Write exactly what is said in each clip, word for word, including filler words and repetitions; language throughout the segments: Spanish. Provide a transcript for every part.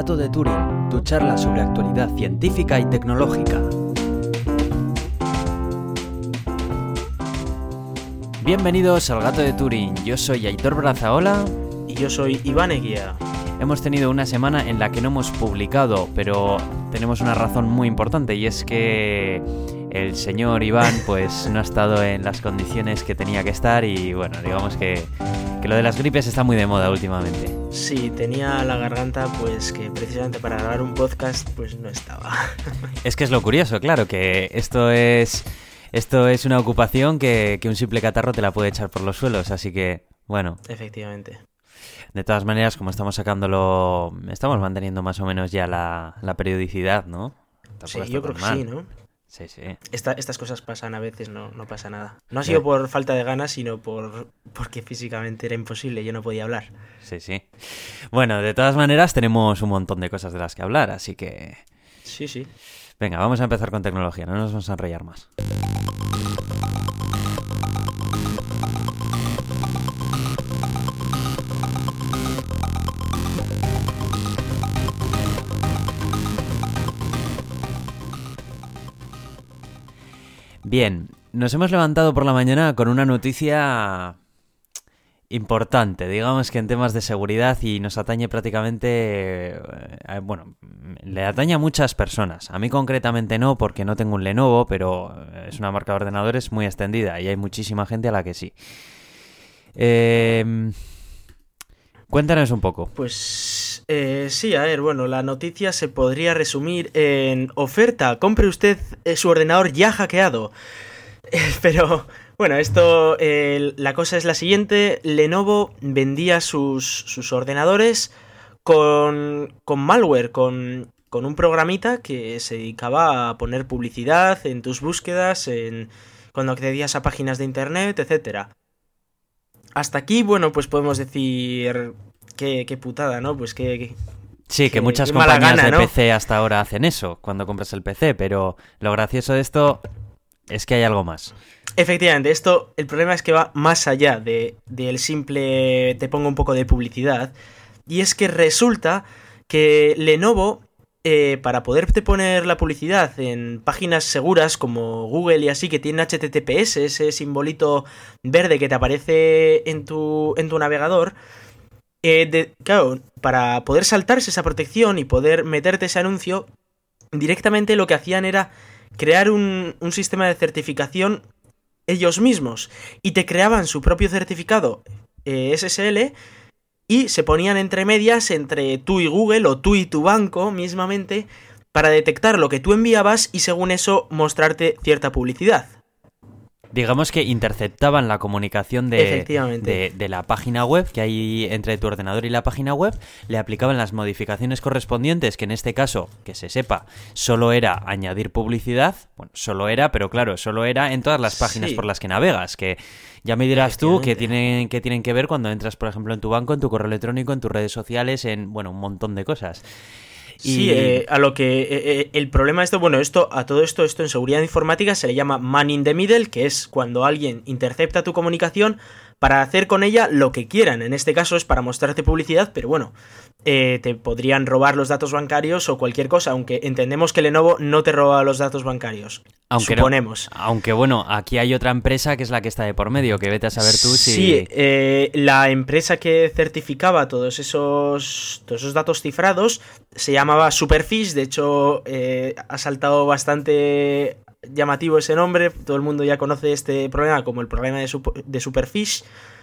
Gato de Turing, tu charla sobre actualidad científica y tecnológica. Bienvenidos al Gato de Turing, yo soy Aitor Brazaola. Y yo soy Iván Eguía. Hemos tenido una semana en la que no hemos publicado, pero tenemos una razón muy importante y es que el señor Iván pues no ha estado en las condiciones que tenía que estar y bueno, digamos que, que lo de las gripes está muy de moda últimamente. Sí, tenía la garganta pues que precisamente para grabar un podcast pues no estaba. Es que es lo curioso, claro, que esto es, esto es una ocupación que, que un simple catarro te la puede echar por los suelos, así que bueno. Efectivamente. De todas maneras, como estamos sacándolo, estamos manteniendo más o menos ya la, la periodicidad, ¿no? Tampoco sí, yo creo que mal. Sí, ¿no? Sí, sí. Esta, estas cosas pasan a veces, no, no pasa nada. No ha sido sí. por falta de ganas, sino por porque físicamente era imposible, yo no podía hablar. Sí, sí. Bueno, de todas maneras tenemos un montón de cosas de las que hablar, así que... Sí, sí. Venga, vamos a empezar con tecnología, no nos vamos a enrollar más. Bien, nos hemos levantado por la mañana con una noticia importante, digamos que en temas de seguridad y nos atañe prácticamente, eh, bueno, le atañe a muchas personas. A mí concretamente no, porque no tengo un Lenovo, pero es una marca de ordenadores muy extendida y hay muchísima gente a la que sí. Eh, cuéntanos un poco. Pues eh, sí, a ver, bueno, la noticia se podría resumir en oferta, compre usted su ordenador ya hackeado. Pero bueno, esto, eh, la cosa es la siguiente, Lenovo vendía sus, sus ordenadores con, con malware, con, con un programita que se dedicaba a poner publicidad en tus búsquedas, en, cuando accedías a páginas de internet, etcétera. Hasta aquí, bueno, pues podemos decir... Qué, qué putada, ¿no? Pues que... que sí, que muchas compañías gana, de ¿no? P C hasta ahora hacen eso, cuando compras el P C, pero lo gracioso de esto es que hay algo más. Efectivamente, esto, el problema es que va más allá de, de el simple te pongo un poco de publicidad, y es que resulta que Lenovo, eh, para poderte poner la publicidad en páginas seguras como Google y así, que tienen H T T P S, ese simbolito verde que te aparece en tu, en tu navegador... Eh, de, claro, para poder saltarse esa protección y poder meterte ese anuncio, directamente lo que hacían era crear un, un sistema de certificación ellos mismos y te creaban su propio certificado eh, S S L y se ponían entre medias entre tú y Google o tú y tu banco mismamente para detectar lo que tú enviabas y según eso mostrarte cierta publicidad. Digamos que interceptaban la comunicación de, de, de la página web que hay entre tu ordenador y la página web, le aplicaban las modificaciones correspondientes, que en este caso, que se sepa, solo era añadir publicidad, bueno, solo era, pero claro, solo era en todas las páginas sí. por las que navegas, que ya me dirás tú que tienen, que tienen que ver cuando entras, por ejemplo, en tu banco, en tu correo electrónico, en tus redes sociales, en, bueno, un montón de cosas. Y... Sí, eh, a lo que eh, eh, el problema esto, bueno, esto a todo esto, esto en seguridad informática se le llama man in the middle, que es cuando alguien intercepta tu comunicación para hacer con ella lo que quieran. En este caso es para mostrarte publicidad, pero bueno, eh, te podrían robar los datos bancarios o cualquier cosa, aunque entendemos que Lenovo no te roba los datos bancarios. Aunque suponemos. No, aunque bueno, aquí hay otra empresa que es la que está de por medio, que vete a saber tú si... Sí, eh, la empresa que certificaba todos esos, todos esos datos cifrados se llamaba Superfish, de hecho eh, ha saltado bastante llamativo ese nombre, todo el mundo ya conoce este problema como el problema de, super, de Superfish.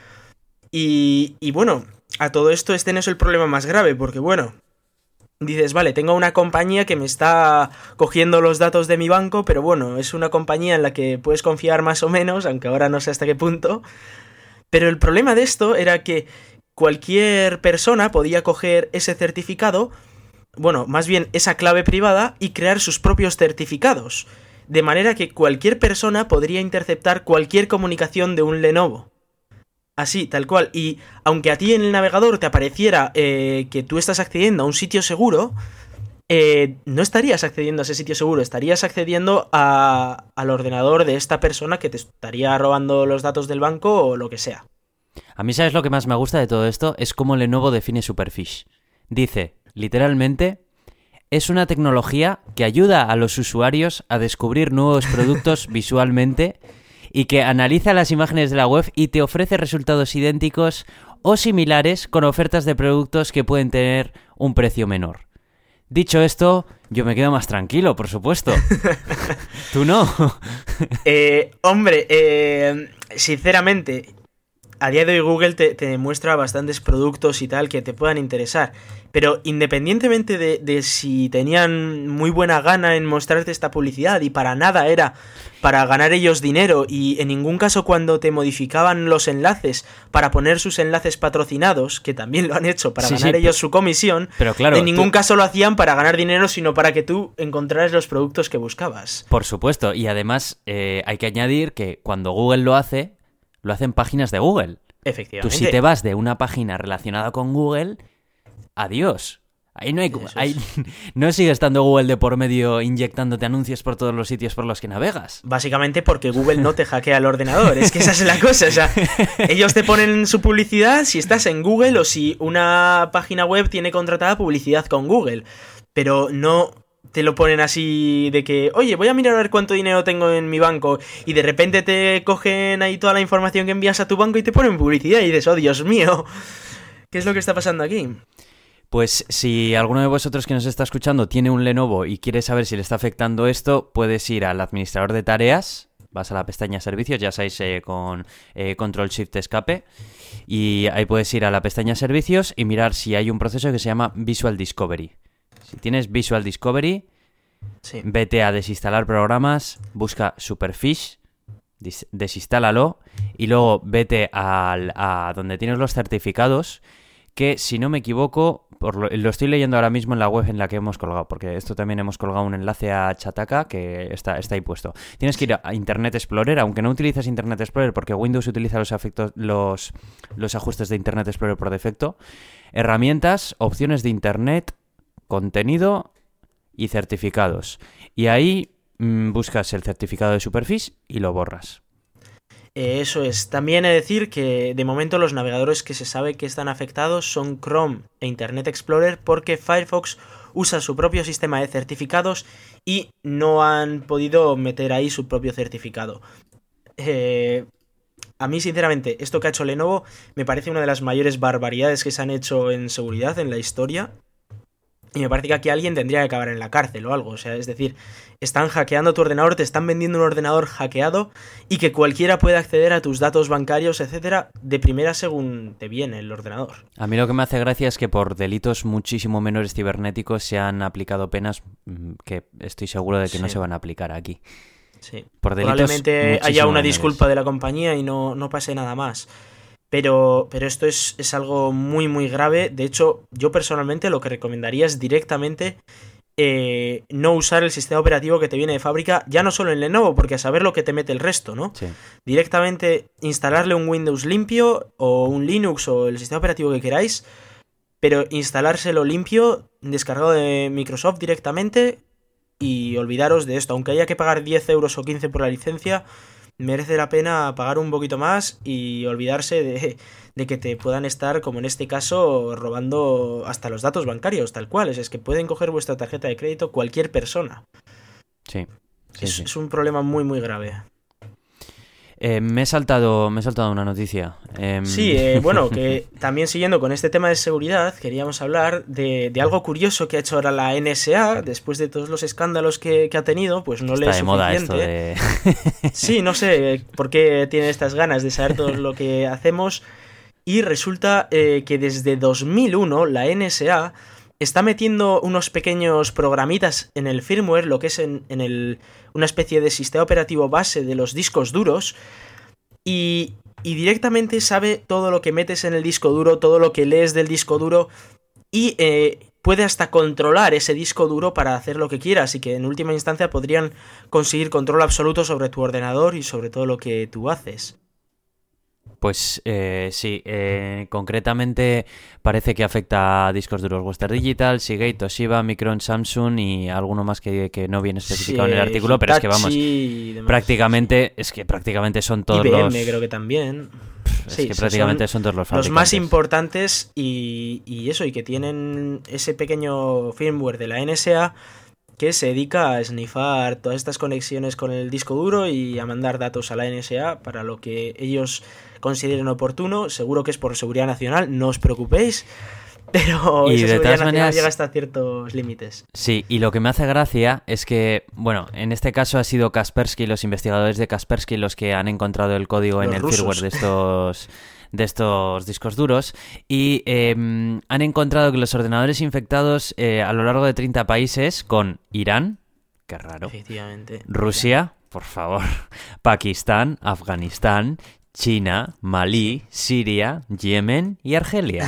Y, y bueno, a todo esto este no es el problema más grave, porque bueno... Dices, vale, tengo una compañía que me está cogiendo los datos de mi banco, pero bueno, es una compañía en la que puedes confiar más o menos, aunque ahora no sé hasta qué punto. Pero el problema de esto era que cualquier persona podía coger ese certificado, bueno, más bien esa clave privada, y crear sus propios certificados. De manera que cualquier persona podría interceptar cualquier comunicación de un Lenovo. Así, tal cual. Y aunque a ti en el navegador te apareciera eh, que tú estás accediendo a un sitio seguro, eh, no estarías accediendo a ese sitio seguro, estarías accediendo a, al ordenador de esta persona que te estaría robando los datos del banco o lo que sea. A mí, ¿sabes lo que más me gusta de todo esto? Es cómo Lenovo define Superfish. Dice, literalmente, es una tecnología que ayuda a los usuarios a descubrir nuevos productos visualmente y que analiza las imágenes de la web y te ofrece resultados idénticos o similares con ofertas de productos que pueden tener un precio menor. Dicho esto, yo me quedo más tranquilo, por supuesto. ¿Tú no? eh, hombre, eh, sinceramente, a día de hoy Google te, te muestra bastantes productos y tal que te puedan interesar. Pero independientemente de, de si tenían muy buena gana en mostrarte esta publicidad y para nada era para ganar ellos dinero, y en ningún caso cuando te modificaban los enlaces para poner sus enlaces patrocinados, que también lo han hecho para sí, ganar sí, ellos pero, su comisión, pero claro, en ningún tú... caso lo hacían para ganar dinero, sino para que tú encontraras los productos que buscabas. Por supuesto, y además eh, hay que añadir que cuando Google lo hace, lo hacen páginas de Google. Efectivamente. Tú si te vas de una página relacionada con Google, adiós. Ahí no hay, ahí no sigue estando Google de por medio inyectándote anuncios por todos los sitios por los que navegas. Básicamente porque Google no te hackea el ordenador, es que esa es la cosa. O sea, ellos te ponen su publicidad si estás en Google o si una página web tiene contratada publicidad con Google, pero no te lo ponen así de que, oye, voy a mirar a ver cuánto dinero tengo en mi banco, y de repente te cogen ahí toda la información que envías a tu banco y te ponen publicidad y dices, oh Dios mío, ¿qué es lo que está pasando aquí? Pues si alguno de vosotros que nos está escuchando tiene un Lenovo y quiere saber si le está afectando esto, puedes ir al administrador de tareas, vas a la pestaña Servicios, ya sabéis, eh, con eh, Control Shift Escape, y ahí puedes ir a la pestaña Servicios y mirar si hay un proceso que se llama Visual Discovery. Si tienes Visual Discovery, sí. Vete a desinstalar programas, busca Superfish, des- desinstálalo, y luego vete al, a donde tienes los certificados, que si no me equivoco, por lo, lo estoy leyendo ahora mismo en la web en la que hemos colgado, porque esto también hemos colgado un enlace a Chataka que está, está ahí puesto. Tienes que ir a Internet Explorer, aunque no utilices Internet Explorer, porque Windows utiliza los, afectos, los, los ajustes de Internet Explorer por defecto. Herramientas, opciones de Internet, contenido y certificados. Y ahí mmm, buscas el certificado de Superfish y lo borras. Eso es. También he de decir que de momento los navegadores que se sabe que están afectados son Chrome e Internet Explorer, porque Firefox usa su propio sistema de certificados y no han podido meter ahí su propio certificado. Eh, a mí, sinceramente, esto que ha hecho Lenovo me parece una de las mayores barbaridades que se han hecho en seguridad en la historia. Y me parece que aquí alguien tendría que acabar en la cárcel o algo. O sea, es decir, están hackeando tu ordenador, te están vendiendo un ordenador hackeado y que cualquiera puede acceder a tus datos bancarios, etcétera, de primera según te viene el ordenador. A mí lo que me hace gracia es que por delitos muchísimo menores cibernéticos se han aplicado penas que estoy seguro de que sí. no se van a aplicar aquí. Sí. Por delitos probablemente haya una menores. Disculpa de la compañía y no, no pase nada más. Pero, pero esto es, es algo muy, muy grave. De hecho, yo personalmente lo que recomendaría es directamente eh, no usar el sistema operativo que te viene de fábrica, ya no solo en Lenovo, porque a saber lo que te mete el resto, ¿no? Sí. Directamente instalarle un Windows limpio o un Linux o el sistema operativo que queráis, pero instalárselo limpio, descargado de Microsoft directamente, y olvidaros de esto. Aunque haya que pagar diez euros o quince por la licencia, merece la pena pagar un poquito más y olvidarse de, de que te puedan estar, como en este caso, robando hasta los datos bancarios, tal cual. Es, es que pueden coger vuestra tarjeta de crédito cualquier persona. Sí. sí, es, sí. es un problema muy, muy grave. Eh, me he saltado, me he saltado una noticia. Eh... Sí, eh, bueno, que también siguiendo con este tema de seguridad, queríamos hablar de, de algo curioso que ha hecho ahora la N S A, después de todos los escándalos que, que ha tenido, pues no Está le es de moda esto de... Sí, no sé por qué tiene estas ganas de saber todo lo que hacemos, y resulta eh, que desde dos mil uno la N S A está metiendo unos pequeños programitas en el firmware, lo que es en, en el, una especie de sistema operativo base de los discos duros, y, y directamente sabe todo lo que metes en el disco duro, todo lo que lees del disco duro, y eh, puede hasta controlar ese disco duro para hacer lo que quiera, así que en última instancia podrían conseguir control absoluto sobre tu ordenador y sobre todo lo que tú haces. Pues eh, sí, eh, concretamente parece que afecta a discos duros Western Digital, Seagate, Toshiba, Micron, Samsung y alguno más que, que no viene especificado sí, en el artículo, pero es que vamos, prácticamente es que prácticamente son todos I B M, los... creo que también. es sí, que prácticamente son, son todos los fabricantes. Los más importantes y, y eso, y que tienen ese pequeño firmware de la N S A que se dedica a snifar todas estas conexiones con el disco duro y a mandar datos a la N S A para lo que ellos consideren oportuno. Seguro que es por seguridad nacional, no os preocupéis. Pero y esa de todas maneras llega hasta ciertos límites. Sí, y lo que me hace gracia es que, bueno, en este caso ha sido Kaspersky, los investigadores de Kaspersky, los que han encontrado el código los en el rusos. firmware de estos, de estos discos duros y eh, han encontrado que los ordenadores infectados eh, a lo largo de treinta países con Irán, qué raro, efectivamente, Rusia, Irán. Por favor, Pakistán, Afganistán, China, Malí, Siria, Yemen y Argelia.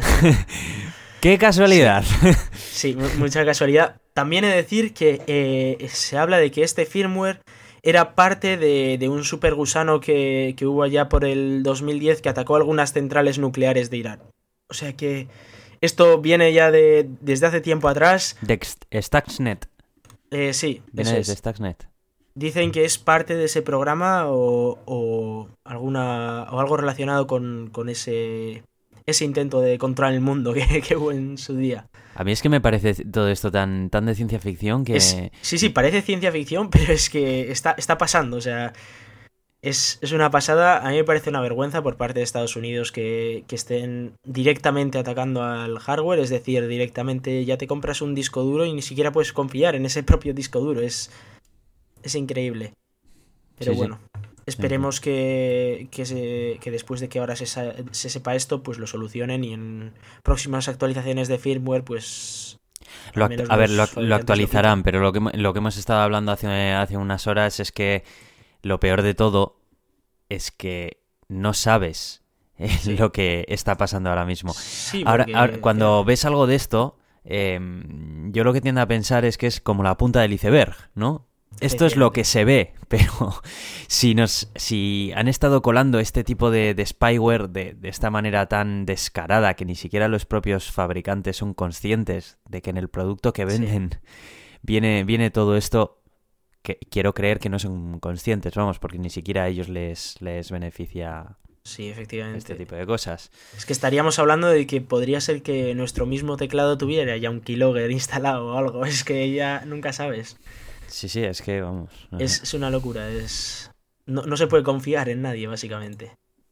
¡Qué casualidad! Sí, sí, mucha casualidad. También he de decir que eh, se habla de que este firmware era parte de, de un supergusano que, que hubo allá por el dos mil diez que atacó algunas centrales nucleares de Irán. O sea que esto viene ya de desde hace tiempo atrás. De Stuxnet. Eh, sí, viene eso desde es. Stuxnet. Dicen que es parte de ese programa o, o alguna o algo relacionado con, con ese ese intento de controlar el mundo que, que hubo en su día. A mí es que me parece todo esto tan, tan de ciencia ficción que... Es, sí, sí, parece ciencia ficción, pero es que está, está pasando, o sea... Es, es una pasada, a mí me parece una vergüenza por parte de Estados Unidos que, que estén directamente atacando al hardware, es decir, directamente ya te compras un disco duro y ni siquiera puedes confiar en ese propio disco duro, es... Es increíble. Pero sí, bueno, sí. esperemos que, que, se, que después de que ahora se, se sepa esto, pues lo solucionen y en próximas actualizaciones de firmware, pues... Lo, a ver, lo, lo actualizarán, lo pero lo que, lo que hemos estado hablando hace, hace unas horas es que lo peor de todo es que no sabes eh, sí. lo que está pasando ahora mismo. Sí, ahora, porque... ahora, cuando ves algo de esto, eh, yo lo que tiendo a pensar es que es como la punta del iceberg, ¿no? Esto es lo que se ve, pero si nos si han estado colando este tipo de, de spyware de, de esta manera tan descarada que ni siquiera los propios fabricantes son conscientes de que en el producto que venden sí. viene, viene todo esto, que quiero creer que no son conscientes, vamos, porque ni siquiera a ellos les, les beneficia sí, efectivamente. este tipo de cosas. Es que estaríamos hablando de que podría ser que nuestro mismo teclado tuviera ya un keylogger instalado o algo, es que ya nunca sabes. Sí, sí, es que vamos. No es, sé. es una locura, es no, no se puede confiar en nadie, básicamente.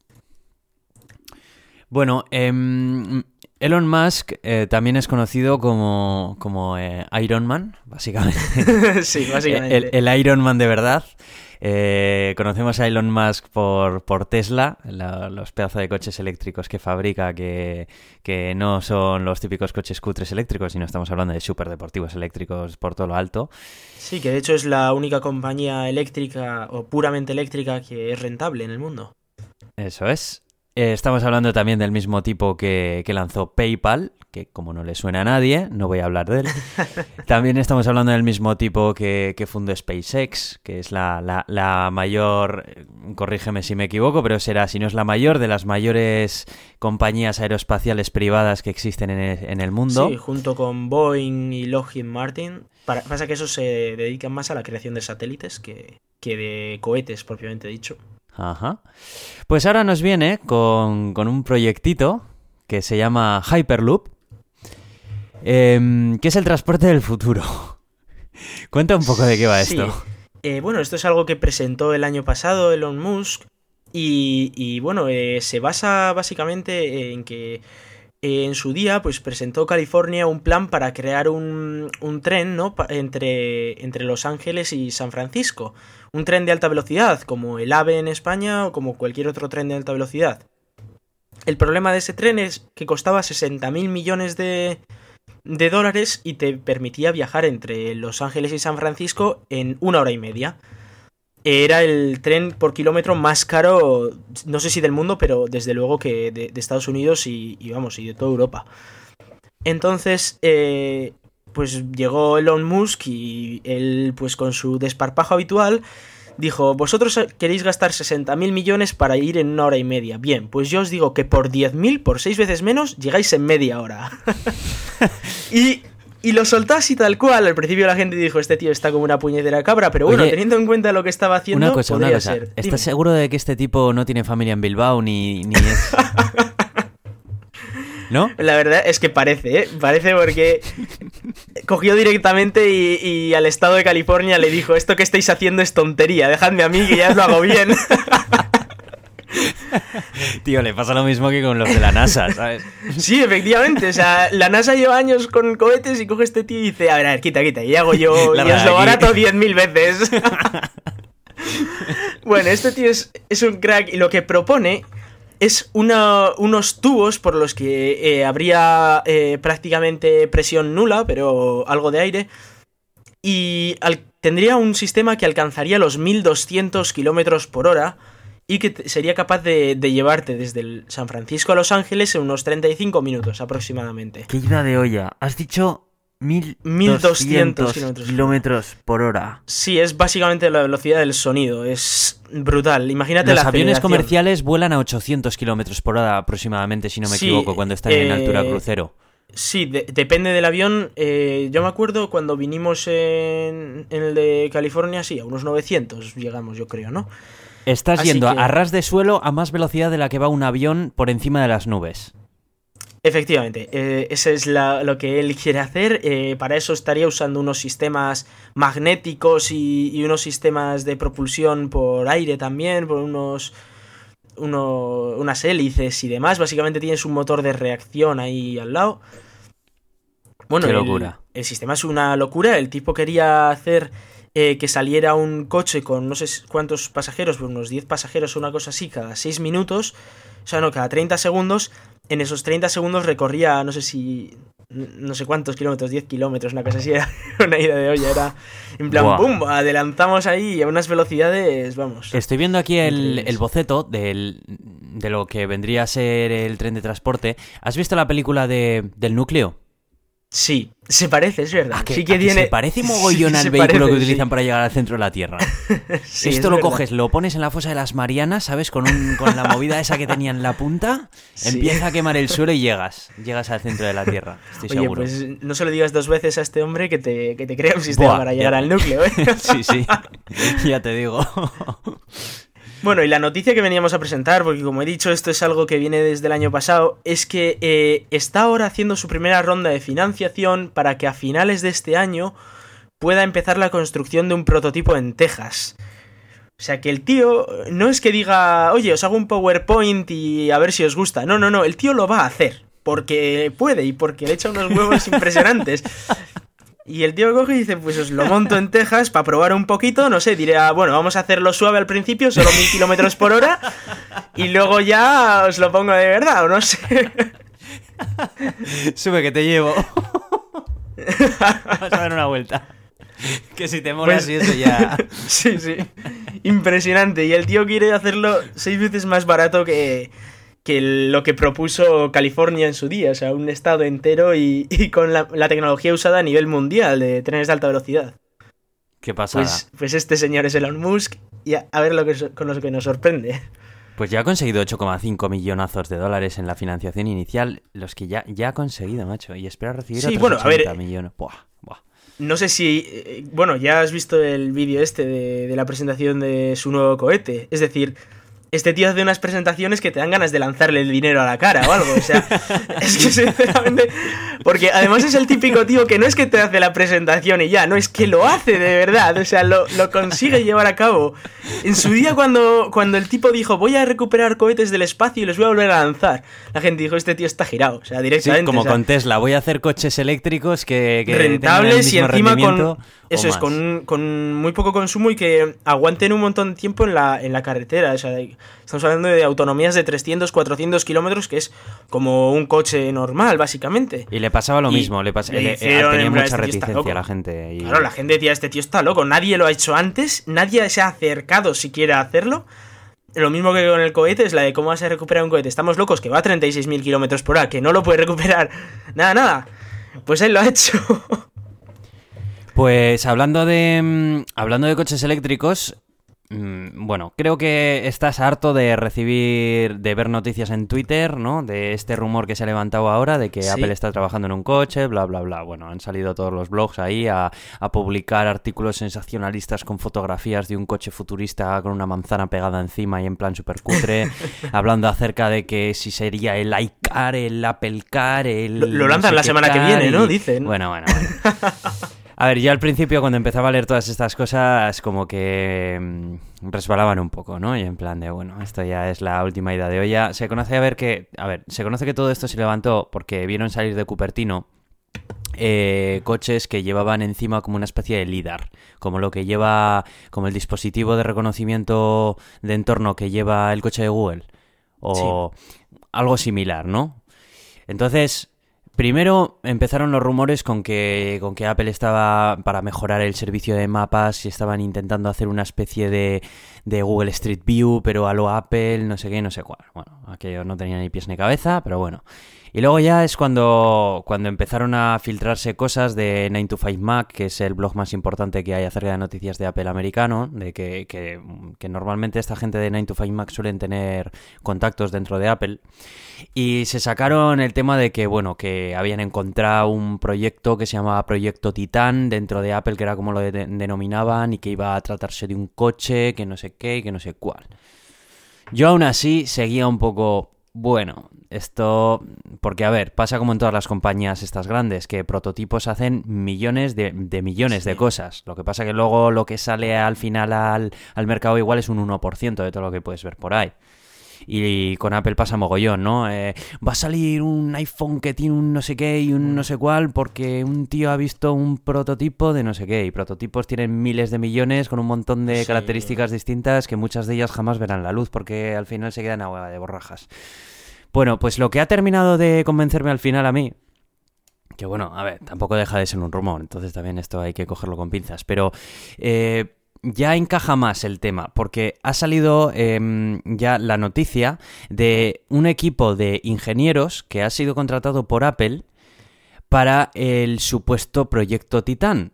Bueno, eh, Elon Musk eh, también es conocido como, como eh, Iron Man, básicamente. Sí, básicamente. El, el Iron Man de verdad. Eh, conocemos a Elon Musk por, por Tesla, la, los pedazos de coches eléctricos que fabrica, que, que no son los típicos coches cutres eléctricos, sino estamos hablando de superdeportivos eléctricos por todo lo alto. Sí, que de hecho es la única compañía eléctrica o puramente eléctrica que es rentable en el mundo. Eso es. Eh, estamos hablando también del mismo tipo que, que lanzó PayPal, que como no le suena a nadie, no voy a hablar de él. También estamos hablando del mismo tipo que, que fundó SpaceX, que es la, la, la mayor, corrígeme si me equivoco, pero será, si no es la mayor, de las mayores compañías aeroespaciales privadas que existen en el, en el mundo. Sí, junto con Boeing y Lockheed Martin. Para, pasa que esos se dedican más a la creación de satélites que, que de cohetes, propiamente dicho. Ajá. Pues ahora nos viene con, con un proyectito que se llama Hyperloop, eh, que es el transporte del futuro. Cuenta un poco de qué va sí. esto. Eh, bueno, esto es algo que presentó el año pasado Elon Musk y, y bueno, eh, se basa básicamente en que eh, en su día pues presentó California un plan para crear un, un tren, ¿no? entre, entre Los Ángeles y San Francisco. Un tren de alta velocidad, como el AVE en España o como cualquier otro tren de alta velocidad. El problema de ese tren es que costaba sesenta mil millones de, de dólares y te permitía viajar entre Los Ángeles y San Francisco en una hora y media. Era el tren por kilómetro más caro, no sé si del mundo, pero desde luego que de, de Estados Unidos y, y vamos, y de toda Europa. Entonces, eh... pues llegó Elon Musk y él, pues con su desparpajo habitual, dijo, vosotros queréis gastar sesenta mil millones para ir en una hora y media. Bien, pues yo os digo que por diez mil, por seis veces menos, llegáis en media hora. Y Y lo soltó así tal cual. Al principio la gente dijo, este tío está como una puñetera cabra, pero bueno, Oye, teniendo en cuenta lo que estaba haciendo, una cosa, podría una cosa. ser. ¿Estás Dime. seguro de que este tipo no tiene familia en Bilbao ni, ni es...? ¿No? La verdad es que parece, ¿eh? Parece porque cogió directamente y, y al estado de California le dijo, esto que estáis haciendo es tontería, dejadme a mí que ya os lo hago bien. Tío, le pasa lo mismo que con los de la NASA, ¿sabes? Sí, efectivamente, o sea, la NASA lleva años con cohetes y coge este tío y dice, a ver, a ver, quita, quita, y hago yo, y os lo barato diez mil veces. Bueno, este tío es, es un crack y lo que propone es una, unos tubos por los que eh, habría eh, prácticamente presión nula, pero algo de aire, y al, tendría un sistema que alcanzaría los mil doscientos kilómetros por hora y que te, sería capaz de, de llevarte desde el San Francisco a Los Ángeles en unos treinta y cinco minutos aproximadamente. Qué ida de olla. Has dicho mil doscientos kilómetros por hora. Sí, es básicamente la velocidad del sonido. Es brutal. Imagínate Los la aviones aceleración. comerciales vuelan a ochocientos kilómetros por hora aproximadamente, si no me sí, equivoco, cuando están eh, en altura crucero. Sí, de, depende del avión. Eh, yo me acuerdo cuando vinimos en, en el de California, sí, a unos novecientos llegamos, yo creo, ¿no? Estás Así yendo que... a ras de suelo a más velocidad de la que va un avión por encima de las nubes. Efectivamente, eh, eso es la, lo que él quiere hacer. Eh, para eso estaría usando unos sistemas magnéticos y, y unos sistemas de propulsión por aire también, por unos, uno, unas hélices y demás. Básicamente tienes un motor de reacción ahí al lado. Bueno, Qué locura. El, el sistema es una locura. El tipo quería hacer eh, que saliera un coche con no sé cuántos pasajeros, pues unos diez pasajeros o una cosa así, cada seis minutos. O sea, no, cada treinta segundos. En esos treinta segundos recorría, no sé si... No sé cuántos kilómetros, diez kilómetros, una cosa así. Era una ida de olla. Era en plan, wow. ¡Pum! Adelantamos ahí a unas velocidades, vamos. Estoy viendo aquí el, el boceto del, de lo que vendría a ser el tren de transporte. ¿Has visto la película de, del núcleo? Sí, se parece, es verdad. ¿A que, sí que a tiene... que se parece mogollón sí, al vehículo parece, que utilizan sí. para llegar al centro de la Tierra. Sí, Esto lo verdad. coges, lo pones en la fosa de las Marianas, ¿sabes? Con, un, con la movida esa que tenía en la punta, sí. Empieza a quemar el suelo y llegas. Llegas al centro de la Tierra, estoy Oye, seguro. Pues no se lo digas dos veces a este hombre que te, que te crea un sistema Buah, para llegar ya. al núcleo, ¿eh? Sí, sí, ya te digo. Bueno, y la noticia que veníamos a presentar, porque como he dicho, esto es algo que viene desde el año pasado, es que eh, está ahora haciendo su primera ronda de financiación para que a finales de este año pueda empezar la construcción de un prototipo en Texas. O sea, que el tío no es que diga, oye, os hago un PowerPoint y a ver si os gusta. No, no, no, el tío lo va a hacer, porque puede y porque le echa unos huevos impresionantes. Y el tío coge y dice, pues os lo monto en Texas para probar un poquito, no sé, diré, bueno, vamos a hacerlo suave al principio, solo mil kilómetros por hora, y luego ya os lo pongo de verdad, o no sé. Sube que te llevo. Vamos a dar una vuelta. Que si te molas pues, y eso ya... Sí, sí, impresionante. Y el tío quiere hacerlo seis veces más barato que... que lo que propuso California en su día, o sea, un estado entero y, y con la, la tecnología usada a nivel mundial de trenes de alta velocidad. Qué pasada. Pues, pues este señor es Elon Musk y a, a ver lo que, con lo que nos sorprende. Pues ya ha conseguido ocho coma cinco millonazos de dólares en la financiación inicial, los que ya, ya ha conseguido, macho, y espera recibir sí, otros bueno, ochenta a ver, millones. Buah, buah. No sé si... Bueno, ya has visto el vídeo este de, de la presentación de su nuevo cohete, es decir... Este tío hace unas presentaciones que te dan ganas de lanzarle el dinero a la cara o algo, o sea, es que sinceramente, porque además es el típico tío que no es que te hace la presentación y ya, no, es que lo hace de verdad, o sea, lo, lo consigue llevar a cabo. En su día cuando, cuando el tipo dijo, voy a recuperar cohetes del espacio y los voy a volver a lanzar, la gente dijo, este tío está girado, o sea, directamente. Sí, como o sea, con Tesla, voy a hacer coches eléctricos que, que rentables y encima con... Eso es, más. con, con muy poco consumo y que aguanten un montón de tiempo en la, en la carretera. O sea, estamos hablando de autonomías de trescientos, cuatrocientos kilómetros, que es como un coche normal, básicamente. Y le pasaba lo y mismo, le pasaba, le, le, hicieron, tenía mucha este reticencia a la gente. Y... Claro, la gente decía, este tío está loco, nadie lo ha hecho antes, nadie se ha acercado siquiera a hacerlo. Lo mismo que con el cohete, es la de cómo vas a recuperar un cohete. Estamos locos, que va a treinta y seis mil kilómetros por hora, que no lo puede recuperar. Nada, nada. Pues él lo ha hecho. Pues hablando de hablando de coches eléctricos, Bueno, creo que estás harto de recibir, de ver noticias en Twitter, ¿no? De este rumor que se ha levantado ahora de que ¿sí? Apple está trabajando en un coche, bla, bla, bla. Bueno, han salido todos los blogs ahí a, a publicar artículos sensacionalistas con fotografías de un coche futurista con una manzana pegada encima y en plan super cutre, hablando acerca de que si sería el iCar, el Apple Car, el... Lo, lo lanzan no la semana que viene, y... ¿no? Dicen. Bueno, bueno, bueno. A ver, yo al principio cuando empezaba a leer todas estas cosas como que mmm, resbalaban un poco, ¿no? Y en plan de, bueno, esto ya es la última ida de olla. Se conoce a ver que, a ver, se conoce que todo esto se levantó porque vieron salir de Cupertino eh, coches que llevaban encima como una especie de lidar, como lo que lleva, como el dispositivo de reconocimiento de entorno que lleva el coche de Google o sí. Algo similar, ¿no? Entonces... Primero empezaron los rumores con que, con que Apple estaba para mejorar el servicio de mapas y estaban intentando hacer una especie de, de Google Street View, pero a lo Apple, no sé qué, no sé cuál. Bueno, aquello no tenía ni pies ni cabeza, pero bueno. Y luego ya es cuando, cuando empezaron a filtrarse cosas de nine to five Mac, que es el blog más importante que hay acerca de noticias de Apple americano, de que, que, que normalmente esta gente de nine to five Mac suelen tener contactos dentro de Apple. Y se sacaron el tema de que, bueno, que habían encontrado un proyecto que se llamaba Proyecto Titán dentro de Apple, que era como lo de- denominaban, y que iba a tratarse de un coche, que no sé qué y que no sé cuál. Yo aún así seguía un poco, bueno, esto... Porque, a ver, pasa como en todas las compañías estas grandes, que prototipos hacen millones de, de millones sí. de cosas. Lo que pasa que luego lo que sale al final al, al mercado igual es un uno por ciento de todo lo que puedes ver por ahí. Y con Apple pasa mogollón, ¿no? Eh, va a salir un iPhone que tiene un no sé qué y un no sé cuál porque un tío ha visto un prototipo de no sé qué. Y prototipos tienen miles de millones con un montón de sí. características distintas que muchas de ellas jamás verán la luz porque al final se quedan a hueva de borrajas. Bueno, pues lo que ha terminado de convencerme al final a mí, que bueno, a ver, tampoco deja de ser un rumor, entonces también esto hay que cogerlo con pinzas, pero... Eh, ya encaja más el tema, porque ha salido eh, ya la noticia de un equipo de ingenieros que ha sido contratado por Apple para el supuesto proyecto Titán.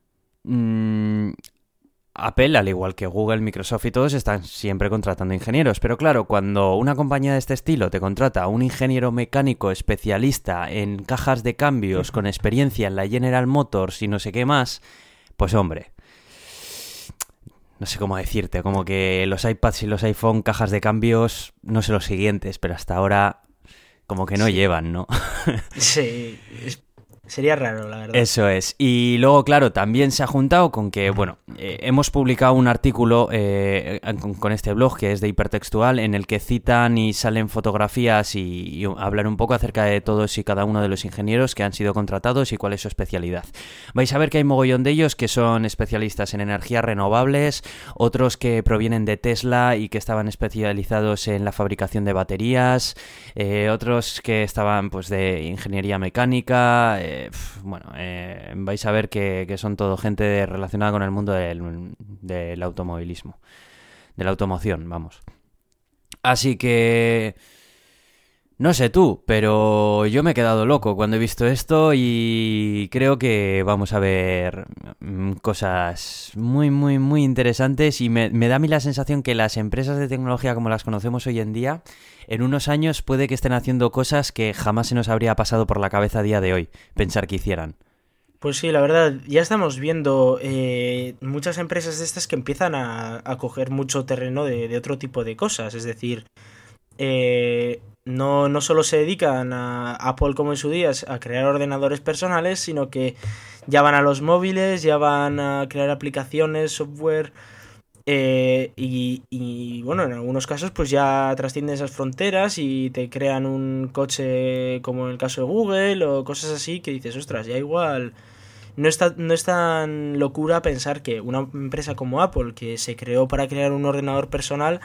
Mm, Apple, al igual que Google, Microsoft y todos, están siempre contratando ingenieros, pero claro, cuando una compañía de este estilo te contrata a un ingeniero mecánico especialista en cajas de cambios con experiencia en la General Motors y no sé qué más, pues hombre... No sé cómo decirte, como que los iPads y los iPhone, cajas de cambios, no sé los siguientes, pero hasta ahora como que no sí. llevan, ¿no? Sí, sería raro, la verdad. Eso es. Y luego, claro, también se ha juntado con que, bueno, eh, hemos publicado un artículo eh, con, con este blog que es de hipertextual, en el que citan y salen fotografías y, y hablan un poco acerca de todos y cada uno de los ingenieros que han sido contratados y cuál es su especialidad. Vais a ver que hay mogollón de ellos que son especialistas en energías renovables, otros que provienen de Tesla y que estaban especializados en la fabricación de baterías, eh, otros que estaban pues de ingeniería mecánica... Eh, Bueno, eh, vais a ver que, que son todo gente relacionada con el mundo del, del automovilismo, de la automoción, vamos. Así que... No sé tú, pero yo me he quedado loco cuando he visto esto y creo que vamos a ver cosas muy, muy, muy interesantes y me, me da a mí la sensación que las empresas de tecnología como las conocemos hoy en día, en unos años puede que estén haciendo cosas que jamás se nos habría pasado por la cabeza a día de hoy, pensar que hicieran. Pues sí, la verdad, ya estamos viendo eh, muchas empresas de estas que empiezan a, a coger mucho terreno de, de otro tipo de cosas, es decir... Eh, no, no solo se dedican a Apple como en su día a crear ordenadores personales, sino que ya van a los móviles, ya van a crear aplicaciones, software eh, y, y bueno, en algunos casos pues ya trascienden esas fronteras y te crean un coche como en el caso de Google o cosas así que dices, ostras, ya igual no es, ta- no es tan locura pensar que una empresa como Apple, que se creó para crear un ordenador personal,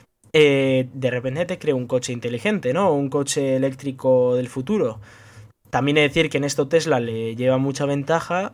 eh, de repente te crea un coche inteligente, ¿no? Un coche eléctrico del futuro. También he de decir que en esto Tesla le lleva mucha ventaja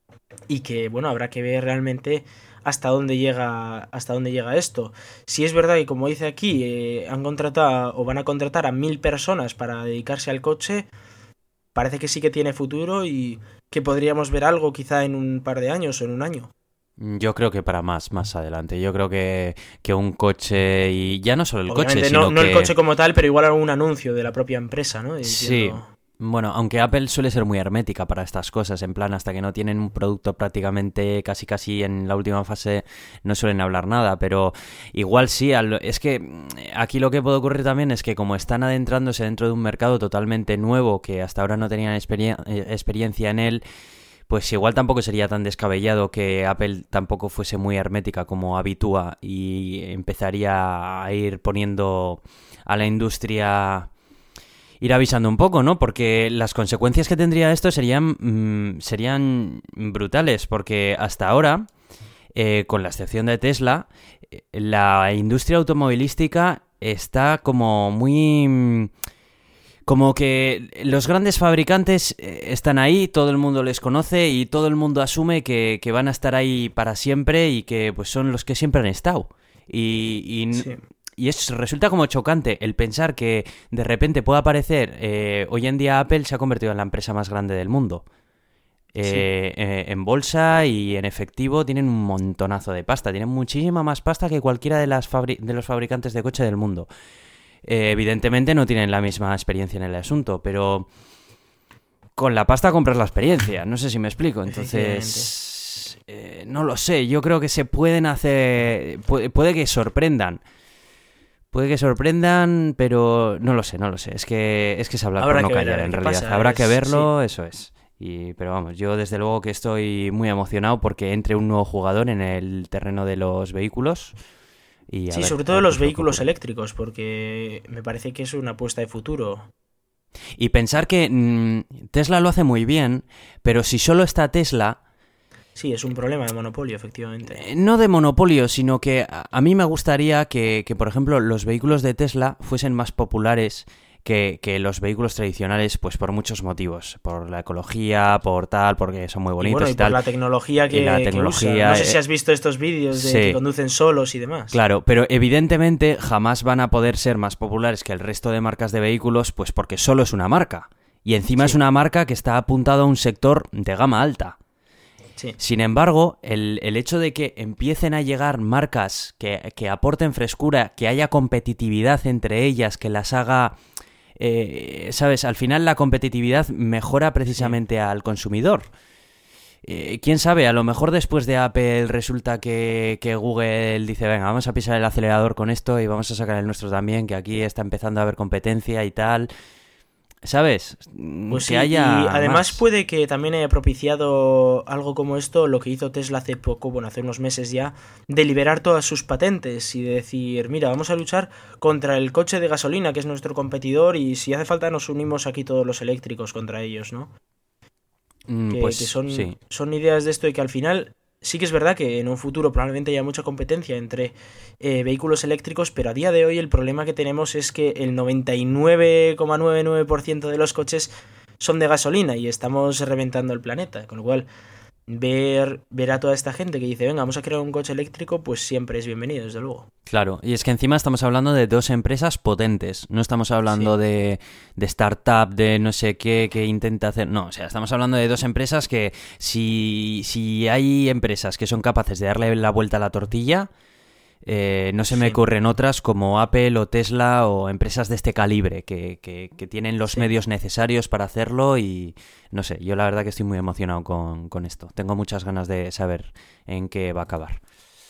y que, bueno, habrá que ver realmente hasta dónde llega, hasta dónde llega esto. Si es verdad que, como dice aquí, eh, han contratado o van a contratar a mil personas para dedicarse al coche, parece que sí que tiene futuro y que podríamos ver algo quizá en un par de años o en un año. Yo creo que para más, más adelante. Yo creo que, que un coche, y ya no solo el Obviamente coche, no, sino no que... el coche como tal, pero igual algún anuncio de la propia empresa, ¿no? Diciendo... Sí. Bueno, aunque Apple suele ser muy hermética para estas cosas, en plan, hasta que no tienen un producto prácticamente casi casi en la última fase, no suelen hablar nada, pero igual sí, es que aquí lo que puede ocurrir también es que como están adentrándose dentro de un mercado totalmente nuevo, que hasta ahora no tenían experien- experiencia en él, pues igual tampoco sería tan descabellado que Apple tampoco fuese muy hermética como habitúa y empezaría a ir poniendo a la industria... ir avisando un poco, ¿no? Porque las consecuencias que tendría esto serían, mmm, serían brutales, porque hasta ahora, eh, con la excepción de Tesla, la industria automovilística está como muy... como que los grandes fabricantes están ahí, todo el mundo les conoce y todo el mundo asume que, que van a estar ahí para siempre y que pues son los que siempre han estado. Y... y sí. Y es, resulta como chocante el pensar que de repente pueda aparecer... Eh, hoy en día Apple se ha convertido en la empresa más grande del mundo. Eh, sí. eh, en bolsa y en efectivo tienen un montonazo de pasta. Tienen muchísima más pasta que cualquiera de, las fabri- de los fabricantes de coche del mundo. Eh, evidentemente no tienen la misma experiencia en el asunto, pero... con la pasta compras la experiencia. No sé si me explico. Entonces... Eh, no lo sé. Yo creo que se pueden hacer... Puede, puede que sorprendan. Puede que sorprendan, pero no lo sé, no lo sé. Es que es que es hablar por no callar, en realidad. Pasa, Habrá es, que verlo, sí. Eso es. Y, pero vamos, yo desde luego que estoy muy emocionado porque entre un nuevo jugador en el terreno de los vehículos. Y sí, ver, sobre todo los vehículos eléctricos, porque me parece que es una apuesta de futuro. Y pensar que mmm, Tesla lo hace muy bien, pero si solo está Tesla... Sí, es un problema de monopolio, efectivamente. No de monopolio, sino que a mí me gustaría que, que, por ejemplo, los vehículos de Tesla fuesen más populares que, que los vehículos tradicionales, pues por muchos motivos. Por la ecología, por tal, porque son muy bonitos y, bueno, y, y tal. Por la tecnología que, la tecnología, que usan. No sé si has visto estos vídeos de sí. que conducen solos y demás. Claro, pero evidentemente jamás van a poder ser más populares que el resto de marcas de vehículos, pues porque solo es una marca. Y encima sí. es una marca que está apuntada a un sector de gama alta. Sí. Sin embargo, el, el hecho de que empiecen a llegar marcas que, que aporten frescura, que haya competitividad entre ellas, que las haga... Eh, ¿Sabes? Al final la competitividad mejora precisamente sí. al consumidor. Eh, ¿Quién sabe? A lo mejor después de Apple resulta que, que Google dice, venga, vamos a pisar el acelerador con esto y vamos a sacar el nuestro también, que aquí está empezando a haber competencia y tal... ¿Sabes? Pues que sí, haya y además más. Puede que también haya propiciado algo como esto, lo que hizo Tesla hace poco, bueno, hace unos meses ya, de liberar todas sus patentes y de decir, mira, vamos a luchar contra el coche de gasolina, que es nuestro competidor, y si hace falta nos unimos aquí todos los eléctricos contra ellos, ¿no? Mm, que, pues que son, sí. son ideas de esto y que al final... Sí que es verdad que en un futuro probablemente haya mucha competencia entre eh, vehículos eléctricos, pero a día de hoy el problema que tenemos es que el noventa y nueve coma noventa y nueve por ciento de los coches son de gasolina y estamos reventando el planeta, con lo cual ver, ver a toda esta gente que dice, venga, vamos a crear un coche eléctrico, pues siempre es bienvenido, desde luego. Claro, y es que encima estamos hablando de dos empresas potentes, no estamos hablando sí. de, de startup, de no sé qué, que intenta hacer, no, o sea, estamos hablando de dos empresas que si, si hay empresas que son capaces de darle la vuelta a la tortilla, eh, no se me sí. ocurren otras como Apple o Tesla o empresas de este calibre que, que, que tienen los sí. medios necesarios para hacerlo y no sé, yo la verdad que estoy muy emocionado con, con esto. Tengo muchas ganas de saber en qué va a acabar.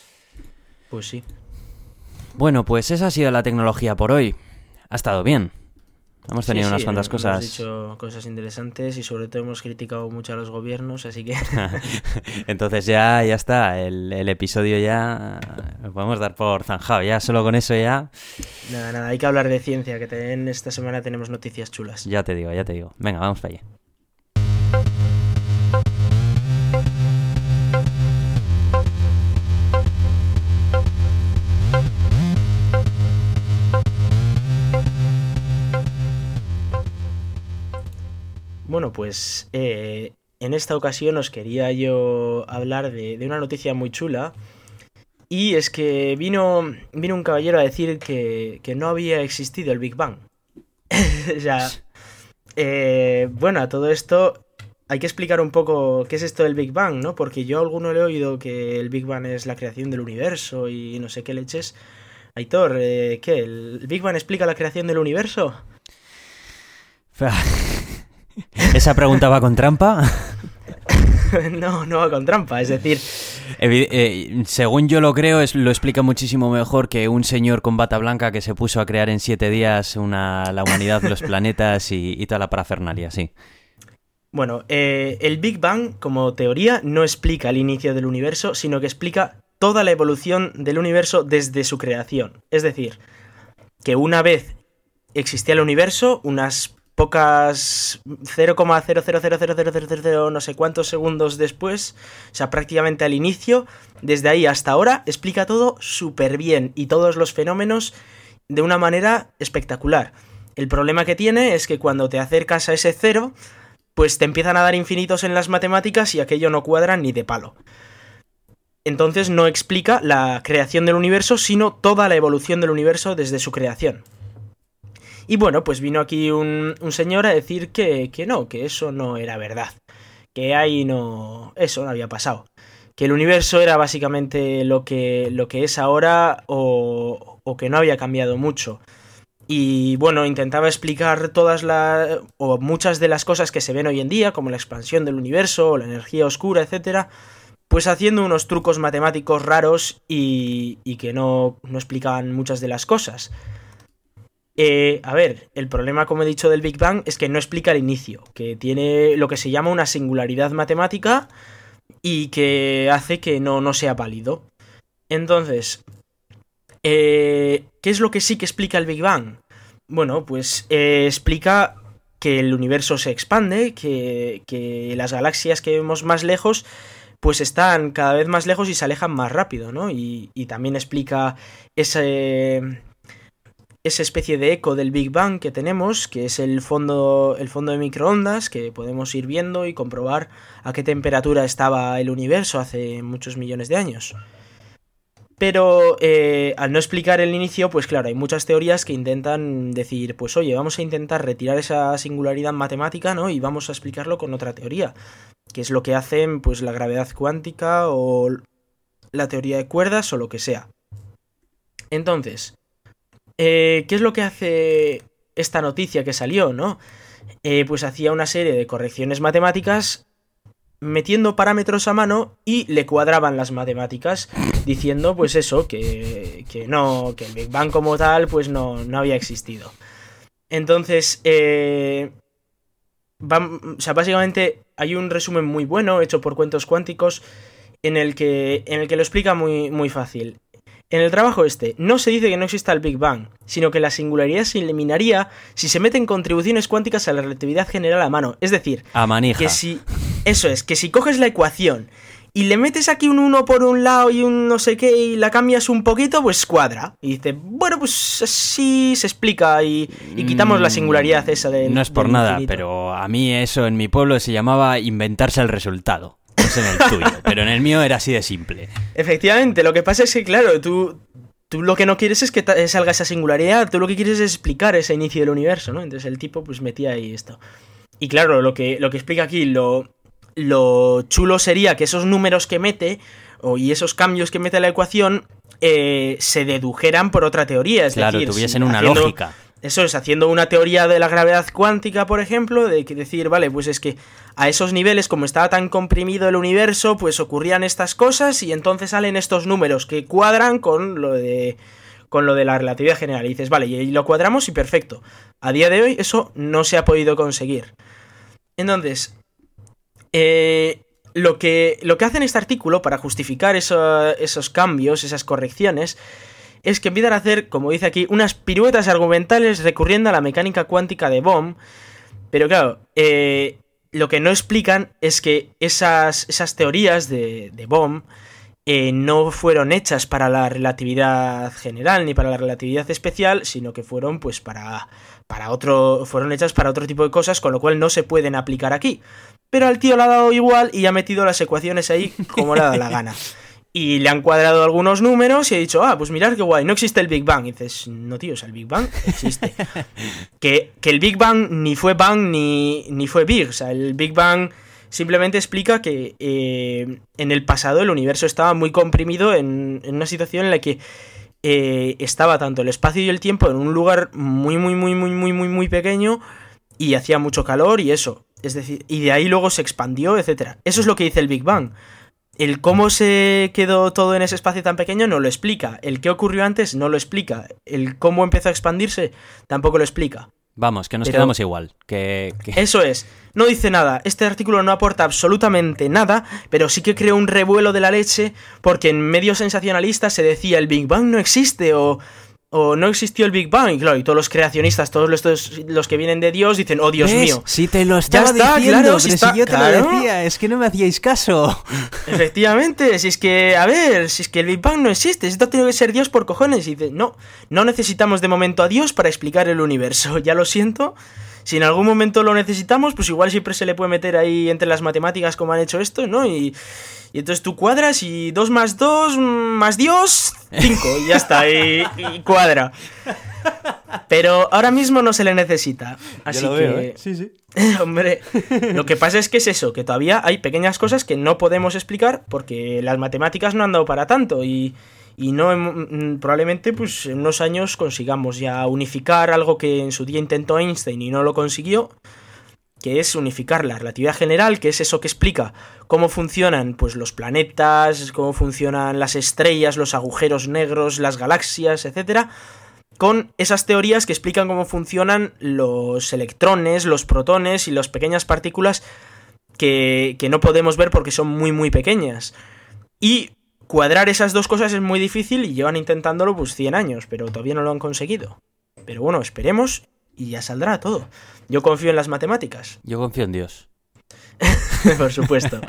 Pues sí. Bueno, pues esa ha sido la tecnología por hoy. Ha estado bien. Hemos tenido sí, unas sí, cuantas hemos cosas. Hemos dicho cosas interesantes y sobre todo hemos criticado mucho a los gobiernos, así que... Entonces ya, ya está, el, el episodio ya lo podemos dar por zanjado, ya solo con eso ya... Nada, nada, hay que hablar de ciencia, que también esta semana tenemos noticias chulas. Ya te digo, ya te digo. Venga, vamos para allá. Bueno, pues eh, en esta ocasión os quería yo hablar de, de una noticia muy chula. Y es que vino, vino un caballero a decir que, que no había existido el Big Bang. O sea, eh, bueno, a todo esto hay que explicar un poco qué es esto del Big Bang, ¿no? Porque yo a alguno le he oído que el Big Bang es la creación del universo y no sé qué leches. Aitor, eh, ¿qué? ¿El Big Bang explica la creación del universo? ¿Esa pregunta va con trampa? No, no va con trampa, es decir... Eh, eh, según yo lo creo, es, lo explica muchísimo mejor que un señor con bata blanca que se puso a crear en siete días una, la humanidad, los planetas y, y toda la parafernalia, sí. Bueno, eh, el Big Bang, como teoría, no explica el inicio del universo, sino que explica toda la evolución del universo desde su creación. Es decir, que una vez existía el universo, unas pocas cero coma cero cero cero cero cero cero cero no sé cuántos segundos después, o sea, prácticamente al inicio, desde ahí hasta ahora, explica todo súper bien y todos los fenómenos de una manera espectacular. El problema que tiene es que cuando te acercas a ese cero, pues te empiezan a dar infinitos en las matemáticas y aquello no cuadra ni de palo. Entonces no explica la creación del universo, sino toda la evolución del universo desde su creación. Y bueno, pues vino aquí un, un señor a decir que, que no, que eso no era verdad. Que ahí no... eso no había pasado. Que el universo era básicamente lo que, lo que es ahora o, o que no había cambiado mucho. Y bueno, intentaba explicar todas las... o muchas de las cosas que se ven hoy en día, como la expansión del universo, o la energía oscura, etcétera, pues haciendo unos trucos matemáticos raros y, y que no, no explicaban muchas de las cosas. Eh, a ver, el problema, como he dicho, del Big Bang es que no explica el inicio, que tiene lo que se llama una singularidad matemática y que hace que no, no sea válido. Entonces, eh, ¿qué es lo que sí que explica el Big Bang? Bueno, pues eh, explica que el universo se expande, que, que las galaxias que vemos más lejos pues están cada vez más lejos y se alejan más rápido, ¿no? Y, y también explica ese... esa especie de eco del Big Bang que tenemos, que es el fondo, el fondo de microondas, que podemos ir viendo y comprobar a qué temperatura estaba el universo hace muchos millones de años. Pero eh, al no explicar el inicio, pues claro, hay muchas teorías que intentan decir, pues oye, vamos a intentar retirar esa singularidad matemática, ¿no? Y vamos a explicarlo con otra teoría, que es lo que hacen pues la gravedad cuántica o la teoría de cuerdas o lo que sea. Entonces... Eh, ¿qué es lo que hace esta noticia que salió, no? Eh, pues hacía una serie de correcciones matemáticas metiendo parámetros a mano y le cuadraban las matemáticas diciendo pues eso, que, que no, que el Big Bang como tal pues no, no había existido. Entonces, eh, va, o sea, básicamente hay un resumen muy bueno hecho por Cuentos Cuánticos en el que, en el que lo explica muy, muy fácil. En el trabajo este, no se dice que no exista el Big Bang, sino que la singularidad se eliminaría si se meten contribuciones cuánticas a la relatividad general a mano. Es decir, a manija. Que si... Eso es, que si coges la ecuación y le metes aquí un uno por un lado y un no sé qué y la cambias un poquito, pues cuadra. Y dice, bueno, pues así se explica y, y quitamos la singularidad esa del... No es por del nada, infinito. pero a mí eso en mi pueblo se llamaba inventarse el resultado. En el tuyo, pero en el mío era así de simple. Efectivamente, lo que pasa es que, claro, tú, tú lo que no quieres es que salga esa singularidad, tú lo que quieres es explicar ese inicio del universo, ¿no? Entonces el tipo pues metía ahí esto. Y claro, lo que, lo que explica aquí, lo, lo chulo sería que esos números que mete, o, y esos cambios que mete a la ecuación, eh, se dedujeran por otra teoría. Es claro, decir, tuviesen si una haciendo, lógica. Eso es, haciendo una teoría de la gravedad cuántica, por ejemplo, de que decir, vale, pues es que a esos niveles, como estaba tan comprimido el universo, pues ocurrían estas cosas y entonces salen estos números que cuadran con lo de, con lo de la relatividad general. Y dices, vale, y lo cuadramos y perfecto. A día de hoy eso no se ha podido conseguir. Entonces, eh, lo que, lo que hace en este artículo para justificar eso, esos cambios, esas correcciones, es que empiezan a hacer, como dice aquí, unas piruetas argumentales recurriendo a la mecánica cuántica de Bohm. Pero claro, eh, lo que no explican es que esas, esas teorías de, de Bohm eh, no fueron hechas para la relatividad general ni para la relatividad especial, sino que fueron pues para, para otro, fueron hechas para otro tipo de cosas, con lo cual no se pueden aplicar aquí. Pero al tío le ha dado igual y ha metido las ecuaciones ahí como le ha dado la gana. Y le han cuadrado algunos números y ha dicho, ah, pues mirad qué guay, no existe el Big Bang. Y dices, no tío, o sea, el Big Bang existe. que, que el Big Bang ni fue Bang ni, ni fue Big. O sea, el Big Bang simplemente explica que eh, en el pasado el universo estaba muy comprimido en, en una situación en la que eh, estaba tanto el espacio y el tiempo en un lugar muy, muy, muy, muy, muy, muy, muy pequeño y hacía mucho calor y eso. Es decir, y de ahí luego se expandió, etcétera. Eso es lo que dice el Big Bang. El cómo se quedó todo en ese espacio tan pequeño no lo explica. El qué ocurrió antes no lo explica. El cómo empezó a expandirse tampoco lo explica. Vamos, que nos Pero quedamos igual. Que, que... Eso es. No dice nada. Este artículo no aporta absolutamente nada, pero sí que creó un revuelo de la leche porque en medios sensacionalistas se decía el Big Bang no existe o... o no existió el Big Bang, y claro, y todos los creacionistas, todos los, los que vienen de Dios dicen, oh Dios ¿Ves? mío. Si te lo estaba está, diciendo, claro, pero si, si está, yo te claro. lo decía, es que no me hacíais caso. Efectivamente, si es que, a ver, si es que el Big Bang no existe, esto tiene que ser Dios por cojones. Y dice, no, no necesitamos de momento a Dios para explicar el universo, ya lo siento. Si en algún momento lo necesitamos, pues igual siempre se le puede meter ahí entre las matemáticas como han hecho esto, ¿no? Y, y entonces tú cuadras y dos más dos más Dios, cinco, y ya está, y, y cuadra. Pero ahora mismo no se le necesita, así Yo lo que... veo, ¿eh? Sí, sí. Hombre, lo que pasa es que es eso, que todavía hay pequeñas cosas que no podemos explicar porque las matemáticas no han dado para tanto y... Y no probablemente pues en unos años consigamos ya unificar algo que en su día intentó Einstein y no lo consiguió, que es unificar la relatividad general, que es eso que explica cómo funcionan pues los planetas, cómo funcionan las estrellas, los agujeros negros, las galaxias, etcétera, con esas teorías que explican cómo funcionan los electrones, los protones y las pequeñas partículas que, que no podemos ver porque son muy muy pequeñas. Y cuadrar esas dos cosas es muy difícil y llevan intentándolo pues cien años, pero todavía no lo han conseguido. Pero bueno, esperemos y ya saldrá todo. Yo confío en las matemáticas. Yo confío en Dios. Por supuesto.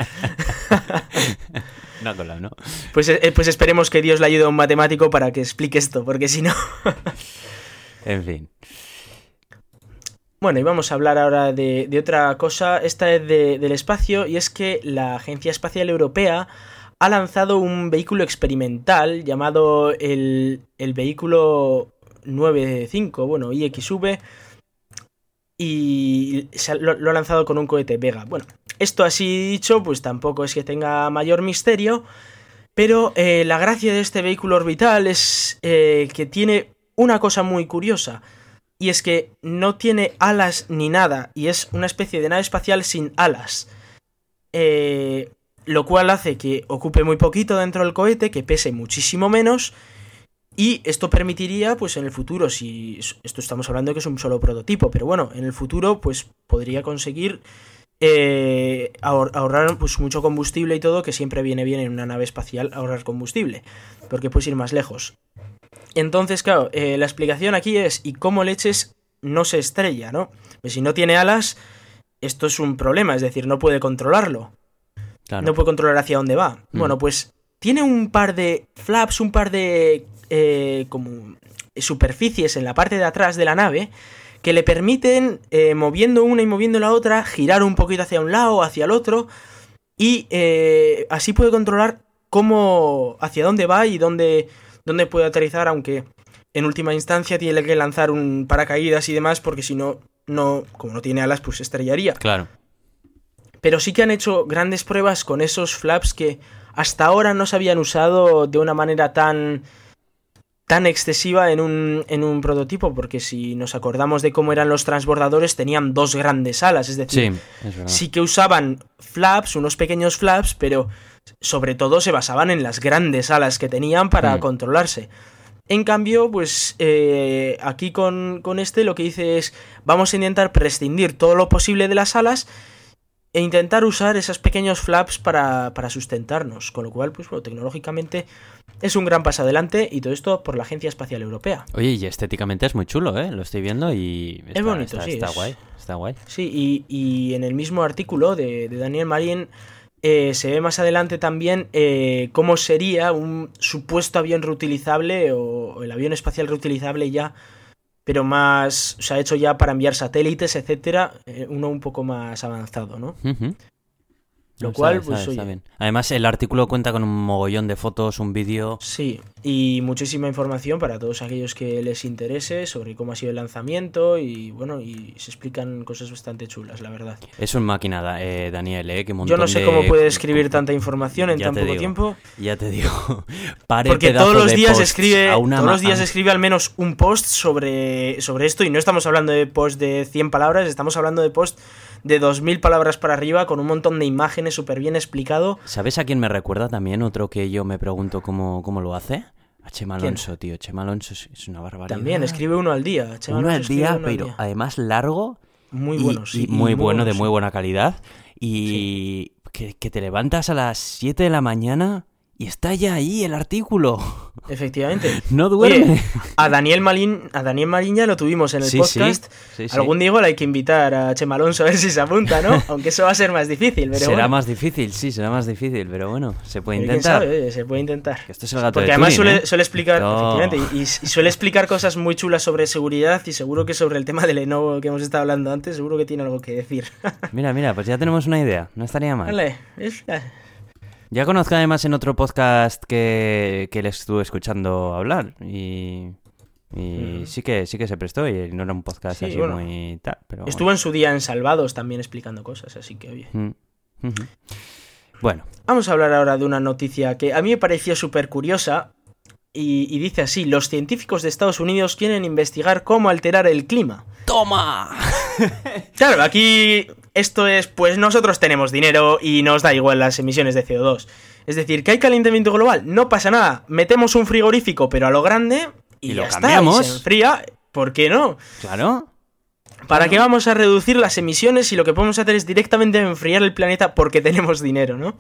No, con la no. Pues, eh, pues esperemos que Dios le ayude a un matemático para que explique esto, porque si no... En fin. Bueno, y vamos a hablar ahora de, de otra cosa. Esta es de, del espacio, y es que la Agencia Espacial Europea ha lanzado un vehículo experimental llamado el, el vehículo nueve cinco, bueno, I X V, y se ha, lo, lo ha lanzado con un cohete Vega. Bueno, esto así dicho, pues tampoco es que tenga mayor misterio, pero eh, la gracia de este vehículo orbital es eh, que tiene una cosa muy curiosa, y es que no tiene alas ni nada, y es una especie de nave espacial sin alas. Eh... Lo cual hace que ocupe muy poquito dentro del cohete, que pese muchísimo menos, y esto permitiría, pues en el futuro, si esto estamos hablando de que es un solo prototipo, pero bueno, en el futuro, pues podría conseguir eh, ahor- ahorrar pues mucho combustible y todo, que siempre viene bien en una nave espacial ahorrar combustible, porque puedes ir más lejos. Entonces, claro, eh, la explicación aquí es, ¿y cómo leches no se estrella, no? Pues si no tiene alas, esto es un problema, es decir, no puede controlarlo. Claro. No puede controlar hacia dónde va. Mm. Bueno, pues tiene un par de flaps, un par de eh, como superficies en la parte de atrás de la nave que le permiten, eh, moviendo una y moviendo la otra, girar un poquito hacia un lado o hacia el otro, y eh, así puede controlar cómo, hacia dónde va y dónde, dónde puede aterrizar, aunque en última instancia tiene que lanzar un paracaídas y demás, porque si no, no, como no tiene alas, pues se estrellaría. Claro. Pero sí que han hecho grandes pruebas con esos flaps que hasta ahora no se habían usado de una manera tan, tan excesiva en un, en un prototipo, porque si nos acordamos de cómo eran los transbordadores, tenían dos grandes alas, es decir, sí, es verdad. Sí que usaban flaps, unos pequeños flaps, pero sobre todo se basaban en las grandes alas que tenían para mm. controlarse. En cambio, pues eh, aquí con, con este lo que dice es, vamos a intentar prescindir todo lo posible de las alas e intentar usar esos pequeños flaps para, para sustentarnos, con lo cual, pues bueno, tecnológicamente es un gran paso adelante, y todo esto por la Agencia Espacial Europea. Oye, y estéticamente es muy chulo, ¿eh? Lo estoy viendo y está, es bonito, está, sí. Está es... guay, está guay. Sí, y, y en el mismo artículo de, de Daniel Marín eh, se ve más adelante también eh, cómo sería un supuesto avión reutilizable, o, o el avión espacial reutilizable ya, pero más, se ha hecho ya para enviar satélites, etcétera, eh, uno un poco más avanzado, ¿no? Uh-huh. Lo no, cual, sabe, pues sabe, oye... Está bien. Además, el artículo cuenta con un mogollón de fotos, un vídeo... Sí, y muchísima información para todos aquellos que les interese sobre cómo ha sido el lanzamiento y, bueno, y se explican cosas bastante chulas, la verdad. Es un maquinada, eh, Daniel, eh, que Yo no sé de... cómo puede escribir tanta información en ya tan poco digo, tiempo. Ya te digo. Pare Porque todos los días de escribe todos ma- los días escribe al menos un post sobre, sobre esto, y no estamos hablando de post de cien palabras, estamos hablando de post de dos mil palabras para arriba, con un montón de imágenes súper bien explicado. ¿Sabes a quién me recuerda también? Otro que yo me pregunto cómo, cómo lo hace. A Chema Alonso, tío. Chema Alonso es, es una barbaridad. También escribe uno al día. Chema uno Alonso al día, uno pero al día. además largo. Muy y, bueno, sí. Y muy, y muy bueno, bueno, de sí. muy buena calidad. Y sí. que, que te levantas a las siete de la mañana y está ya ahí el artículo. Efectivamente. No duerme. Oye, a Daniel Malín, a Daniel Mariña lo tuvimos en el sí, podcast. Sí, sí, Algún sí. día igual hay que invitar a Chema Alonso a ver si se apunta, ¿no? Aunque eso va a ser más difícil, pero Será bueno. más difícil, sí, será más difícil, pero bueno, se puede Pero intentar. ¿quién sabe? Oye, se puede intentar. Que esto es el gato Porque de además Turing, suele, ¿eh? suele explicar, No. efectivamente, y, y suele explicar cosas muy chulas sobre seguridad, y seguro que sobre el tema de Lenovo que hemos estado hablando antes, seguro que tiene algo que decir. Mira, mira, pues ya tenemos una idea, no estaría mal. Vale, es... Ya conozco además en otro podcast que, que le estuve escuchando hablar y, y mm. sí que sí que se prestó y no era un podcast sí, así bueno, muy tal. Pero estuvo bueno. en su día en Salvados también explicando cosas, así que oye. Mm. Uh-huh. Bueno. Vamos a hablar ahora de una noticia que a mí me pareció súper curiosa y, y dice así: los científicos de Estados Unidos quieren investigar cómo alterar el clima. ¡Toma! Claro, aquí esto es, pues nosotros tenemos dinero y nos da igual las emisiones de C O dos. Es decir, que hay calentamiento global, no pasa nada. Metemos un frigorífico, pero a lo grande, y, y ya lo está, cambiamos. Y se enfría. ¿Por qué no? Claro. ¿Para claro. qué vamos a reducir las emisiones si lo que podemos hacer es directamente enfriar el planeta porque tenemos dinero, ¿no?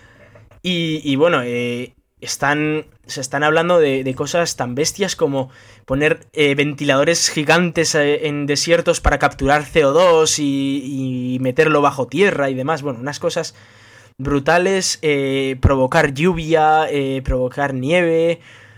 Y, y bueno, eh, están, se están hablando de, de cosas tan bestias como poner eh, ventiladores gigantes eh, en desiertos para capturar C O dos y, y meterlo bajo tierra y demás. Bueno, unas cosas brutales, eh, provocar lluvia, eh, provocar nieve.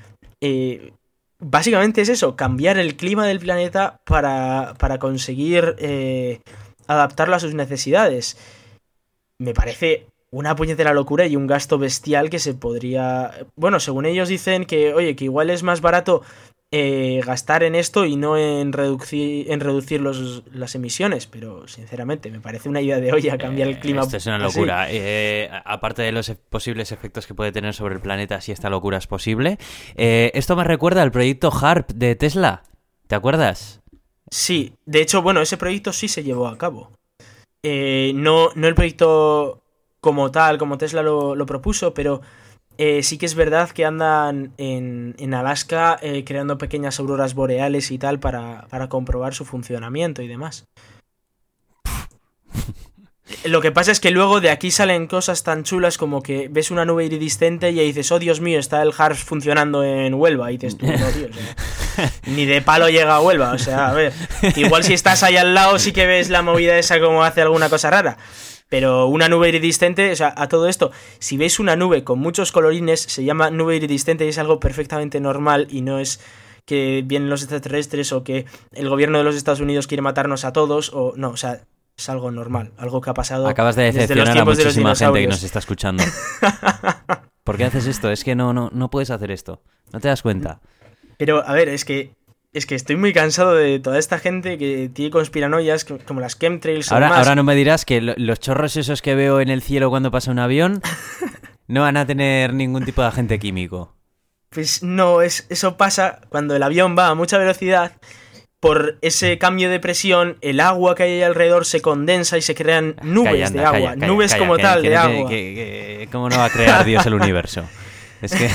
Eh, básicamente es eso, cambiar el clima del planeta para, para conseguir eh, adaptarlo a sus necesidades. Me parece una puñetera locura y un gasto bestial que se podría... Bueno, según ellos dicen que, oye, que igual es más barato eh, gastar en esto y no en reducir, en reducir los, las emisiones, pero sinceramente me parece una idea de olla cambiar el clima. Eh, esto es una locura. Eh, aparte de los e- posibles efectos que puede tener sobre el planeta si esta locura es posible, eh, esto me recuerda al proyecto HARP de Tesla. ¿Te acuerdas? Sí, de hecho, bueno, ese proyecto sí se llevó a cabo. Eh, no, no el proyecto como tal, como Tesla lo, lo propuso, pero eh, sí que es verdad que andan en, en Alaska eh, creando pequeñas auroras boreales y tal para, para comprobar su funcionamiento y demás. Lo que pasa es que luego de aquí salen cosas tan chulas como que ves una nube iridiscente y dices, oh Dios mío, está el HARP funcionando en Huelva. Y dices, tú, no, tío, o sea, ni de palo llega a Huelva. O sea, a ver, igual si estás ahí al lado sí que ves la movida esa como hace alguna cosa rara. Pero una nube iridiscente, o sea, a todo esto, si veis una nube con muchos colorines, se llama nube iridiscente y es algo perfectamente normal y no es que vienen los extraterrestres o que el gobierno de los Estados Unidos quiere matarnos a todos, o no, o sea, es algo normal, algo que ha pasado. Acabas de decepcionar a muchísima gente que nos está escuchando. ¿Por qué haces esto? Es que no, no, no puedes hacer esto, no te das cuenta. Pero, a ver, es que Es que estoy muy cansado de toda esta gente que tiene conspiranoias como las chemtrails. Ahora, más. ahora no me dirás que lo, los chorros esos que veo en el cielo cuando pasa un avión no van a tener ningún tipo de agente químico. Pues no, es, eso pasa cuando el avión va a mucha velocidad. Por ese cambio de presión, el agua que hay alrededor se condensa y se crean nubes calla, anda, de agua. calla, calla, nubes calla, como que, tal que, de que, agua. Que, que, que, ¿cómo no va a crear Dios el universo? Es que...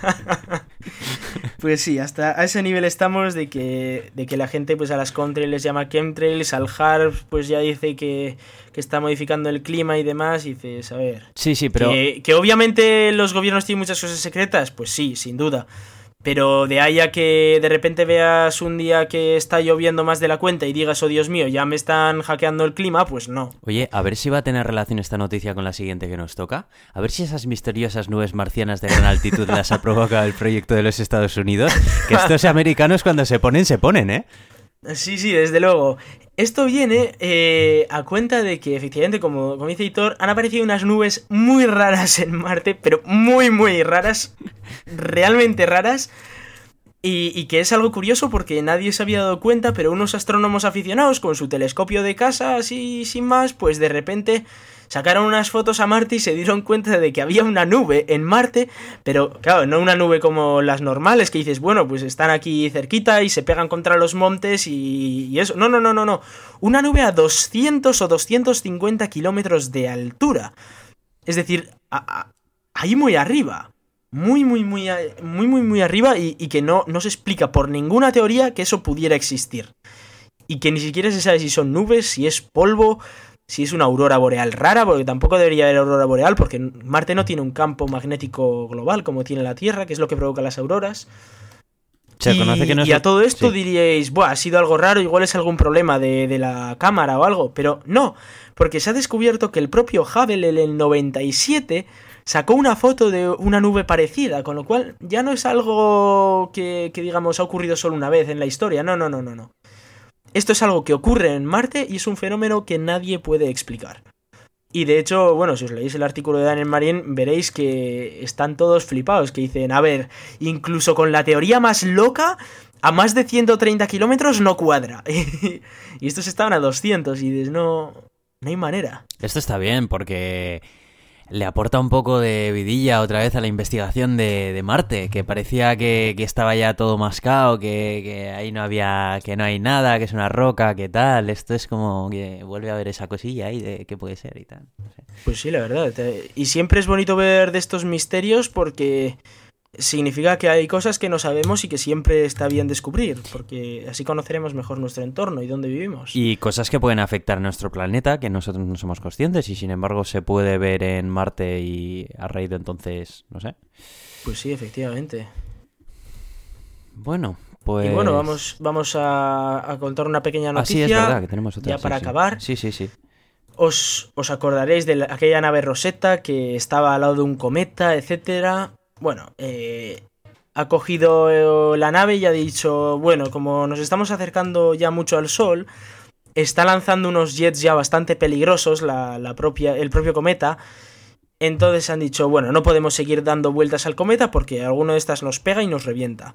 Pues sí, hasta a ese nivel estamos de que, de que la gente pues a las contrails les llama chemtrails, al HARP pues ya dice que, que está modificando el clima y demás, y dices, a ver... Sí, sí, pero... Que, que obviamente los gobiernos tienen muchas cosas secretas, pues sí, sin duda. Pero de ahí a que de repente veas un día que está lloviendo más de la cuenta y digas, oh Dios mío, ya me están hackeando el clima, pues no. Oye, a ver si va a tener relación esta noticia con la siguiente que nos toca. A ver si esas misteriosas nubes marcianas de gran altitud las ha provocado el proyecto de los Estados Unidos. Que estos americanos cuando se ponen, se ponen, ¿eh? Sí, sí, desde luego. Esto viene eh, a cuenta de que, efectivamente, como, como dice Hitor, han aparecido unas nubes muy raras en Marte, pero muy, muy raras, realmente raras, y, y que es algo curioso porque nadie se había dado cuenta, pero unos astrónomos aficionados con su telescopio de casa, así sin más, pues de repente sacaron unas fotos a Marte y se dieron cuenta de que había una nube en Marte, pero claro, no una nube como las normales que dices, bueno, pues están aquí cerquita y se pegan contra los montes y, y eso. No, no, no, no, no. Una nube a doscientos o doscientos cincuenta kilómetros de altura. Es decir, a, a, ahí muy arriba. Muy, muy, muy, muy, muy, muy arriba y, y que no, no se explica por ninguna teoría que eso pudiera existir. Y que ni siquiera se sabe si son nubes, si es polvo, si es una aurora boreal rara, porque tampoco debería haber aurora boreal, porque Marte no tiene un campo magnético global como tiene la Tierra, que es lo que provoca las auroras. Se y, conoce que no es... y a todo esto sí. diríais, buah, ha sido algo raro, igual es algún problema de, de la cámara o algo, pero no, porque se ha descubierto que el propio Hubble en el noventa y siete sacó una foto de una nube parecida, con lo cual ya no es algo que, que digamos ha ocurrido solo una vez en la historia, no, no, no, no, no. Esto es algo que ocurre en Marte y es un fenómeno que nadie puede explicar. Y de hecho, bueno, si os leéis el artículo de Daniel Marín, veréis que están todos flipados, que dicen, a ver, incluso con la teoría más loca, a más de ciento treinta kilómetros no cuadra. Y estos estaban a doscientos y dices, no, no hay manera. Esto está bien porque le aporta un poco de vidilla otra vez a la investigación de, de Marte, que parecía que, que estaba ya todo mascado, que, que ahí no había, que no hay nada, que es una roca, que tal. Esto es como que vuelve a ver esa cosilla ahí de qué puede ser y tal. No sé. Pues sí, la verdad. Y siempre es bonito ver de estos misterios porque significa que hay cosas que no sabemos y que siempre está bien descubrir, porque así conoceremos mejor nuestro entorno y dónde vivimos. Y cosas que pueden afectar a nuestro planeta que nosotros no somos conscientes y sin embargo se puede ver en Marte y a raíz de entonces, no sé. Pues sí, efectivamente. Bueno, pues... Y bueno, vamos, vamos a, a contar una pequeña noticia. Ah, sí, es verdad, que tenemos otra. Ya sí, para sí. acabar. Sí, sí, sí. Os, os acordaréis de la, aquella nave Rosetta que estaba al lado de un cometa, etcétera. Bueno, eh, ha cogido la nave y ha dicho, bueno, como nos estamos acercando ya mucho al Sol, está lanzando unos jets ya bastante peligrosos, la, la propia, el propio cometa. Entonces han dicho, bueno, no podemos seguir dando vueltas al cometa porque alguno de estas nos pega y nos revienta.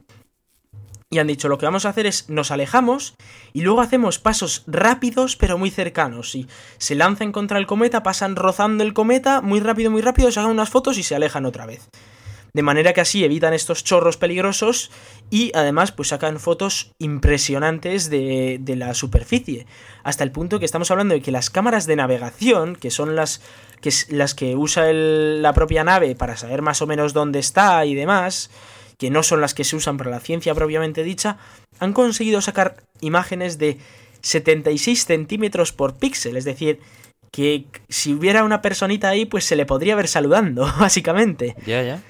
Y han dicho, lo que vamos a hacer es, nos alejamos y luego hacemos pasos rápidos pero muy cercanos. Y se lanzan contra el cometa, pasan rozando el cometa, muy rápido, muy rápido, sacan unas fotos y se alejan otra vez. De manera que así evitan estos chorros peligrosos y además pues sacan fotos impresionantes de, de la superficie. Hasta el punto que estamos hablando de que las cámaras de navegación, que son las que, las que usa el, la propia nave para saber más o menos dónde está y demás, que no son las que se usan para la ciencia propiamente dicha, han conseguido sacar imágenes de setenta y seis centímetros por píxel, es decir, que si hubiera una personita ahí pues se le podría ver saludando, básicamente. Ya, yeah, ya. Yeah.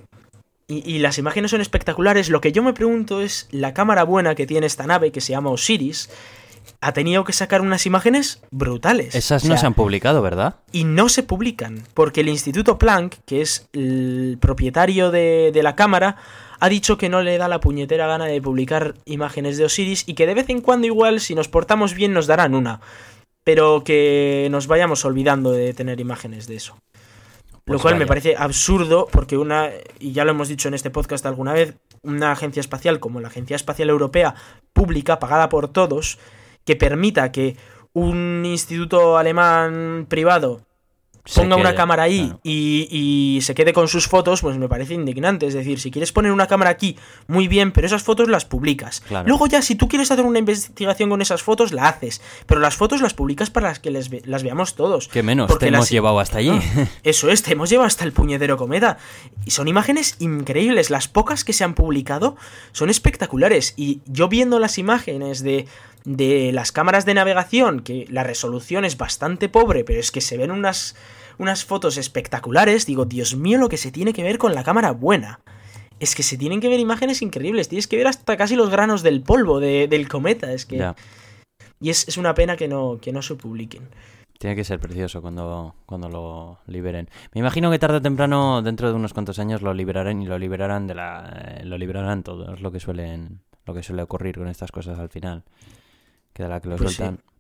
Y, y las imágenes son espectaculares. Lo que yo me pregunto es, la cámara buena que tiene esta nave, que se llama Osiris, ha tenido que sacar unas imágenes brutales. Esas o sea, no se han publicado, ¿verdad? Y no se publican, porque el Instituto Planck, que es el propietario de, de la cámara, ha dicho que no le da la puñetera gana de publicar imágenes de Osiris y que de vez en cuando igual, si nos portamos bien, nos darán una. Pero que nos vayamos olvidando de tener imágenes de eso. Lo pues cual vaya. Me parece absurdo porque una, y ya lo hemos dicho en este podcast alguna vez, una agencia espacial como la Agencia Espacial Europea, pública, pagada por todos, que permita que un instituto alemán privado se ponga quede, una cámara ahí claro. y, y se quede con sus fotos, pues me parece indignante. Es decir, si quieres poner una cámara aquí, muy bien, pero esas fotos las publicas. Claro. Luego ya, si tú quieres hacer una investigación con esas fotos, la haces. Pero las fotos las publicas para que les ve, las veamos todos. Que menos, te hemos las... llevado hasta allí. No, eso es, te hemos llevado hasta el puñetero cometa. Y son imágenes increíbles. Las pocas que se han publicado son espectaculares. Y yo viendo las imágenes de... de las cámaras de navegación, que la resolución es bastante pobre, pero es que se ven unas, unas fotos espectaculares, digo, Dios mío, lo que se tiene que ver con la cámara buena. Es que se tienen que ver imágenes increíbles, tienes que ver hasta casi los granos del polvo de, del cometa, es que... Yeah. Y es, es una pena que no, que no se publiquen. Tiene que ser precioso cuando, cuando lo liberen. Me imagino que tarde o temprano, dentro de unos cuantos años, lo liberarán y lo liberarán de la... Eh, lo liberarán todo, es lo que suelen, lo que suele ocurrir con estas cosas al final. Que de la que lo pues sueltan. Sí.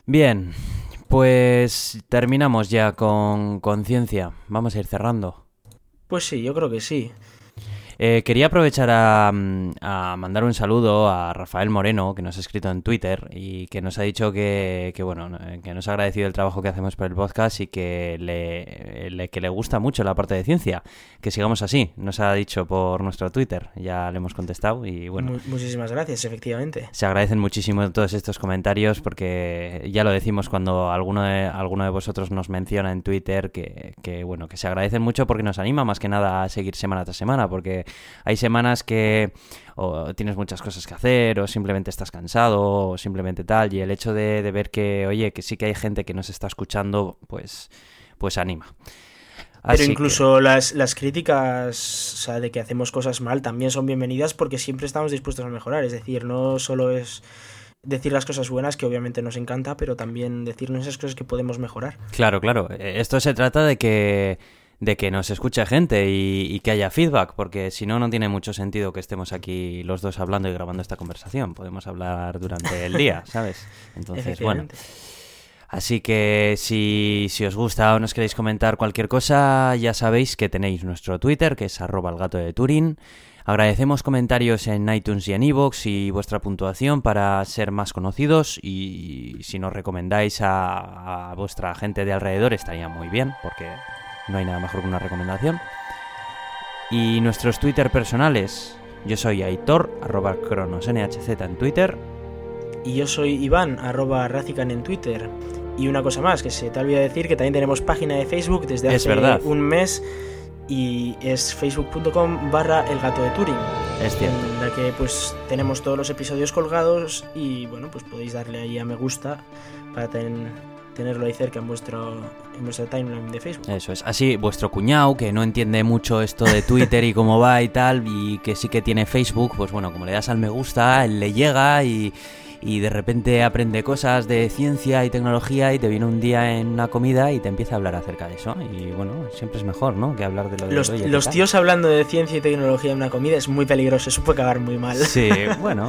Bien, pues terminamos ya con conciencia. Vamos a ir cerrando. Pues sí, yo creo que sí. Eh, quería aprovechar a, a mandar un saludo a Rafael Moreno, que nos ha escrito en Twitter y que nos ha dicho que, que bueno, que nos ha agradecido el trabajo que hacemos por el podcast y que le, le, que le gusta mucho la parte de ciencia. Que sigamos así, nos ha dicho por nuestro Twitter, ya le hemos contestado y bueno. Muchísimas gracias, efectivamente. Se agradecen muchísimo todos estos comentarios porque ya lo decimos cuando alguno de, alguno de vosotros nos menciona en Twitter que, que bueno, que se agradecen mucho porque nos anima más que nada a seguir semana tras semana, porque hay semanas que o tienes muchas cosas que hacer o simplemente estás cansado o simplemente tal, y el hecho de, de ver que, oye, que sí que hay gente que nos está escuchando, pues, pues anima. Así Pero incluso que... las, las críticas, o sea, de que hacemos cosas mal también son bienvenidas porque siempre estamos dispuestos a mejorar. Es decir, no solo es decir las cosas buenas, que obviamente nos encanta, pero también decirnos esas cosas que podemos mejorar. Claro, claro. Esto se trata de que... de que nos escuche gente y, y que haya feedback, porque si no, no tiene mucho sentido que estemos aquí los dos hablando y grabando esta conversación. Podemos hablar durante el día, ¿sabes? Entonces, bueno. Así que si, si os gusta o nos queréis comentar cualquier cosa, ya sabéis que tenéis nuestro Twitter, que es arroba el gato de Turín. Agradecemos comentarios en iTunes y en iVoox y vuestra puntuación para ser más conocidos, y si nos recomendáis a, a vuestra gente de alrededor estaría muy bien, porque... no hay nada mejor que una recomendación. Y nuestros Twitter personales. Yo soy Aitor, arroba cronosnhz en Twitter. Y yo soy Iván, arroba Razican en Twitter. Y una cosa más, que se te olvida decir, que también tenemos página de Facebook desde hace es verdad. un mes. Y es facebook.com barra el gato de Turing. Es cierto. En la que pues tenemos todos los episodios colgados y bueno, pues podéis darle ahí a me gusta para tener... tenerlo ahí cerca en vuestro en vuestra timeline de Facebook. Eso es. Así, vuestro cuñado, que no entiende mucho esto de Twitter y cómo va y tal, y que sí que tiene Facebook, pues bueno, como le das al me gusta, él le llega y, y de repente aprende cosas de ciencia y tecnología y te viene un día en una comida y te empieza a hablar acerca de eso. Y bueno, siempre es mejor, ¿no?, que hablar de lo de Los, oye, los tíos hablando de ciencia y tecnología en una comida es muy peligroso, eso puede acabar muy mal. Sí, bueno...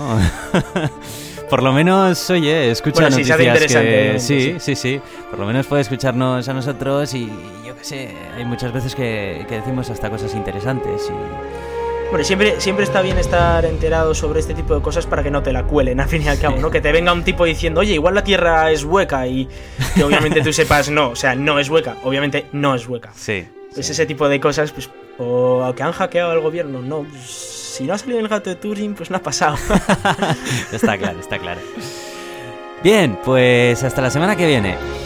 Por lo menos, oye, escucha bueno, noticias sí, interesante, que... Sí, sí, sí, sí. Por lo menos puede escucharnos a nosotros y yo qué sé, hay muchas veces que, que decimos hasta cosas interesantes y... Bueno, siempre, siempre está bien estar enterado sobre este tipo de cosas para que no te la cuelen, al fin y al cabo, ¿no? Que te venga un tipo diciendo, oye, igual la Tierra es hueca y que obviamente tú sepas, no, o sea, no es hueca, obviamente no es hueca. Sí. Pues sí. Ese tipo de cosas, pues, o que han hackeado al gobierno, no, pues... Si no ha salido el gato de Turing, pues no ha pasado. Está claro, está claro. Bien, pues hasta la semana que viene.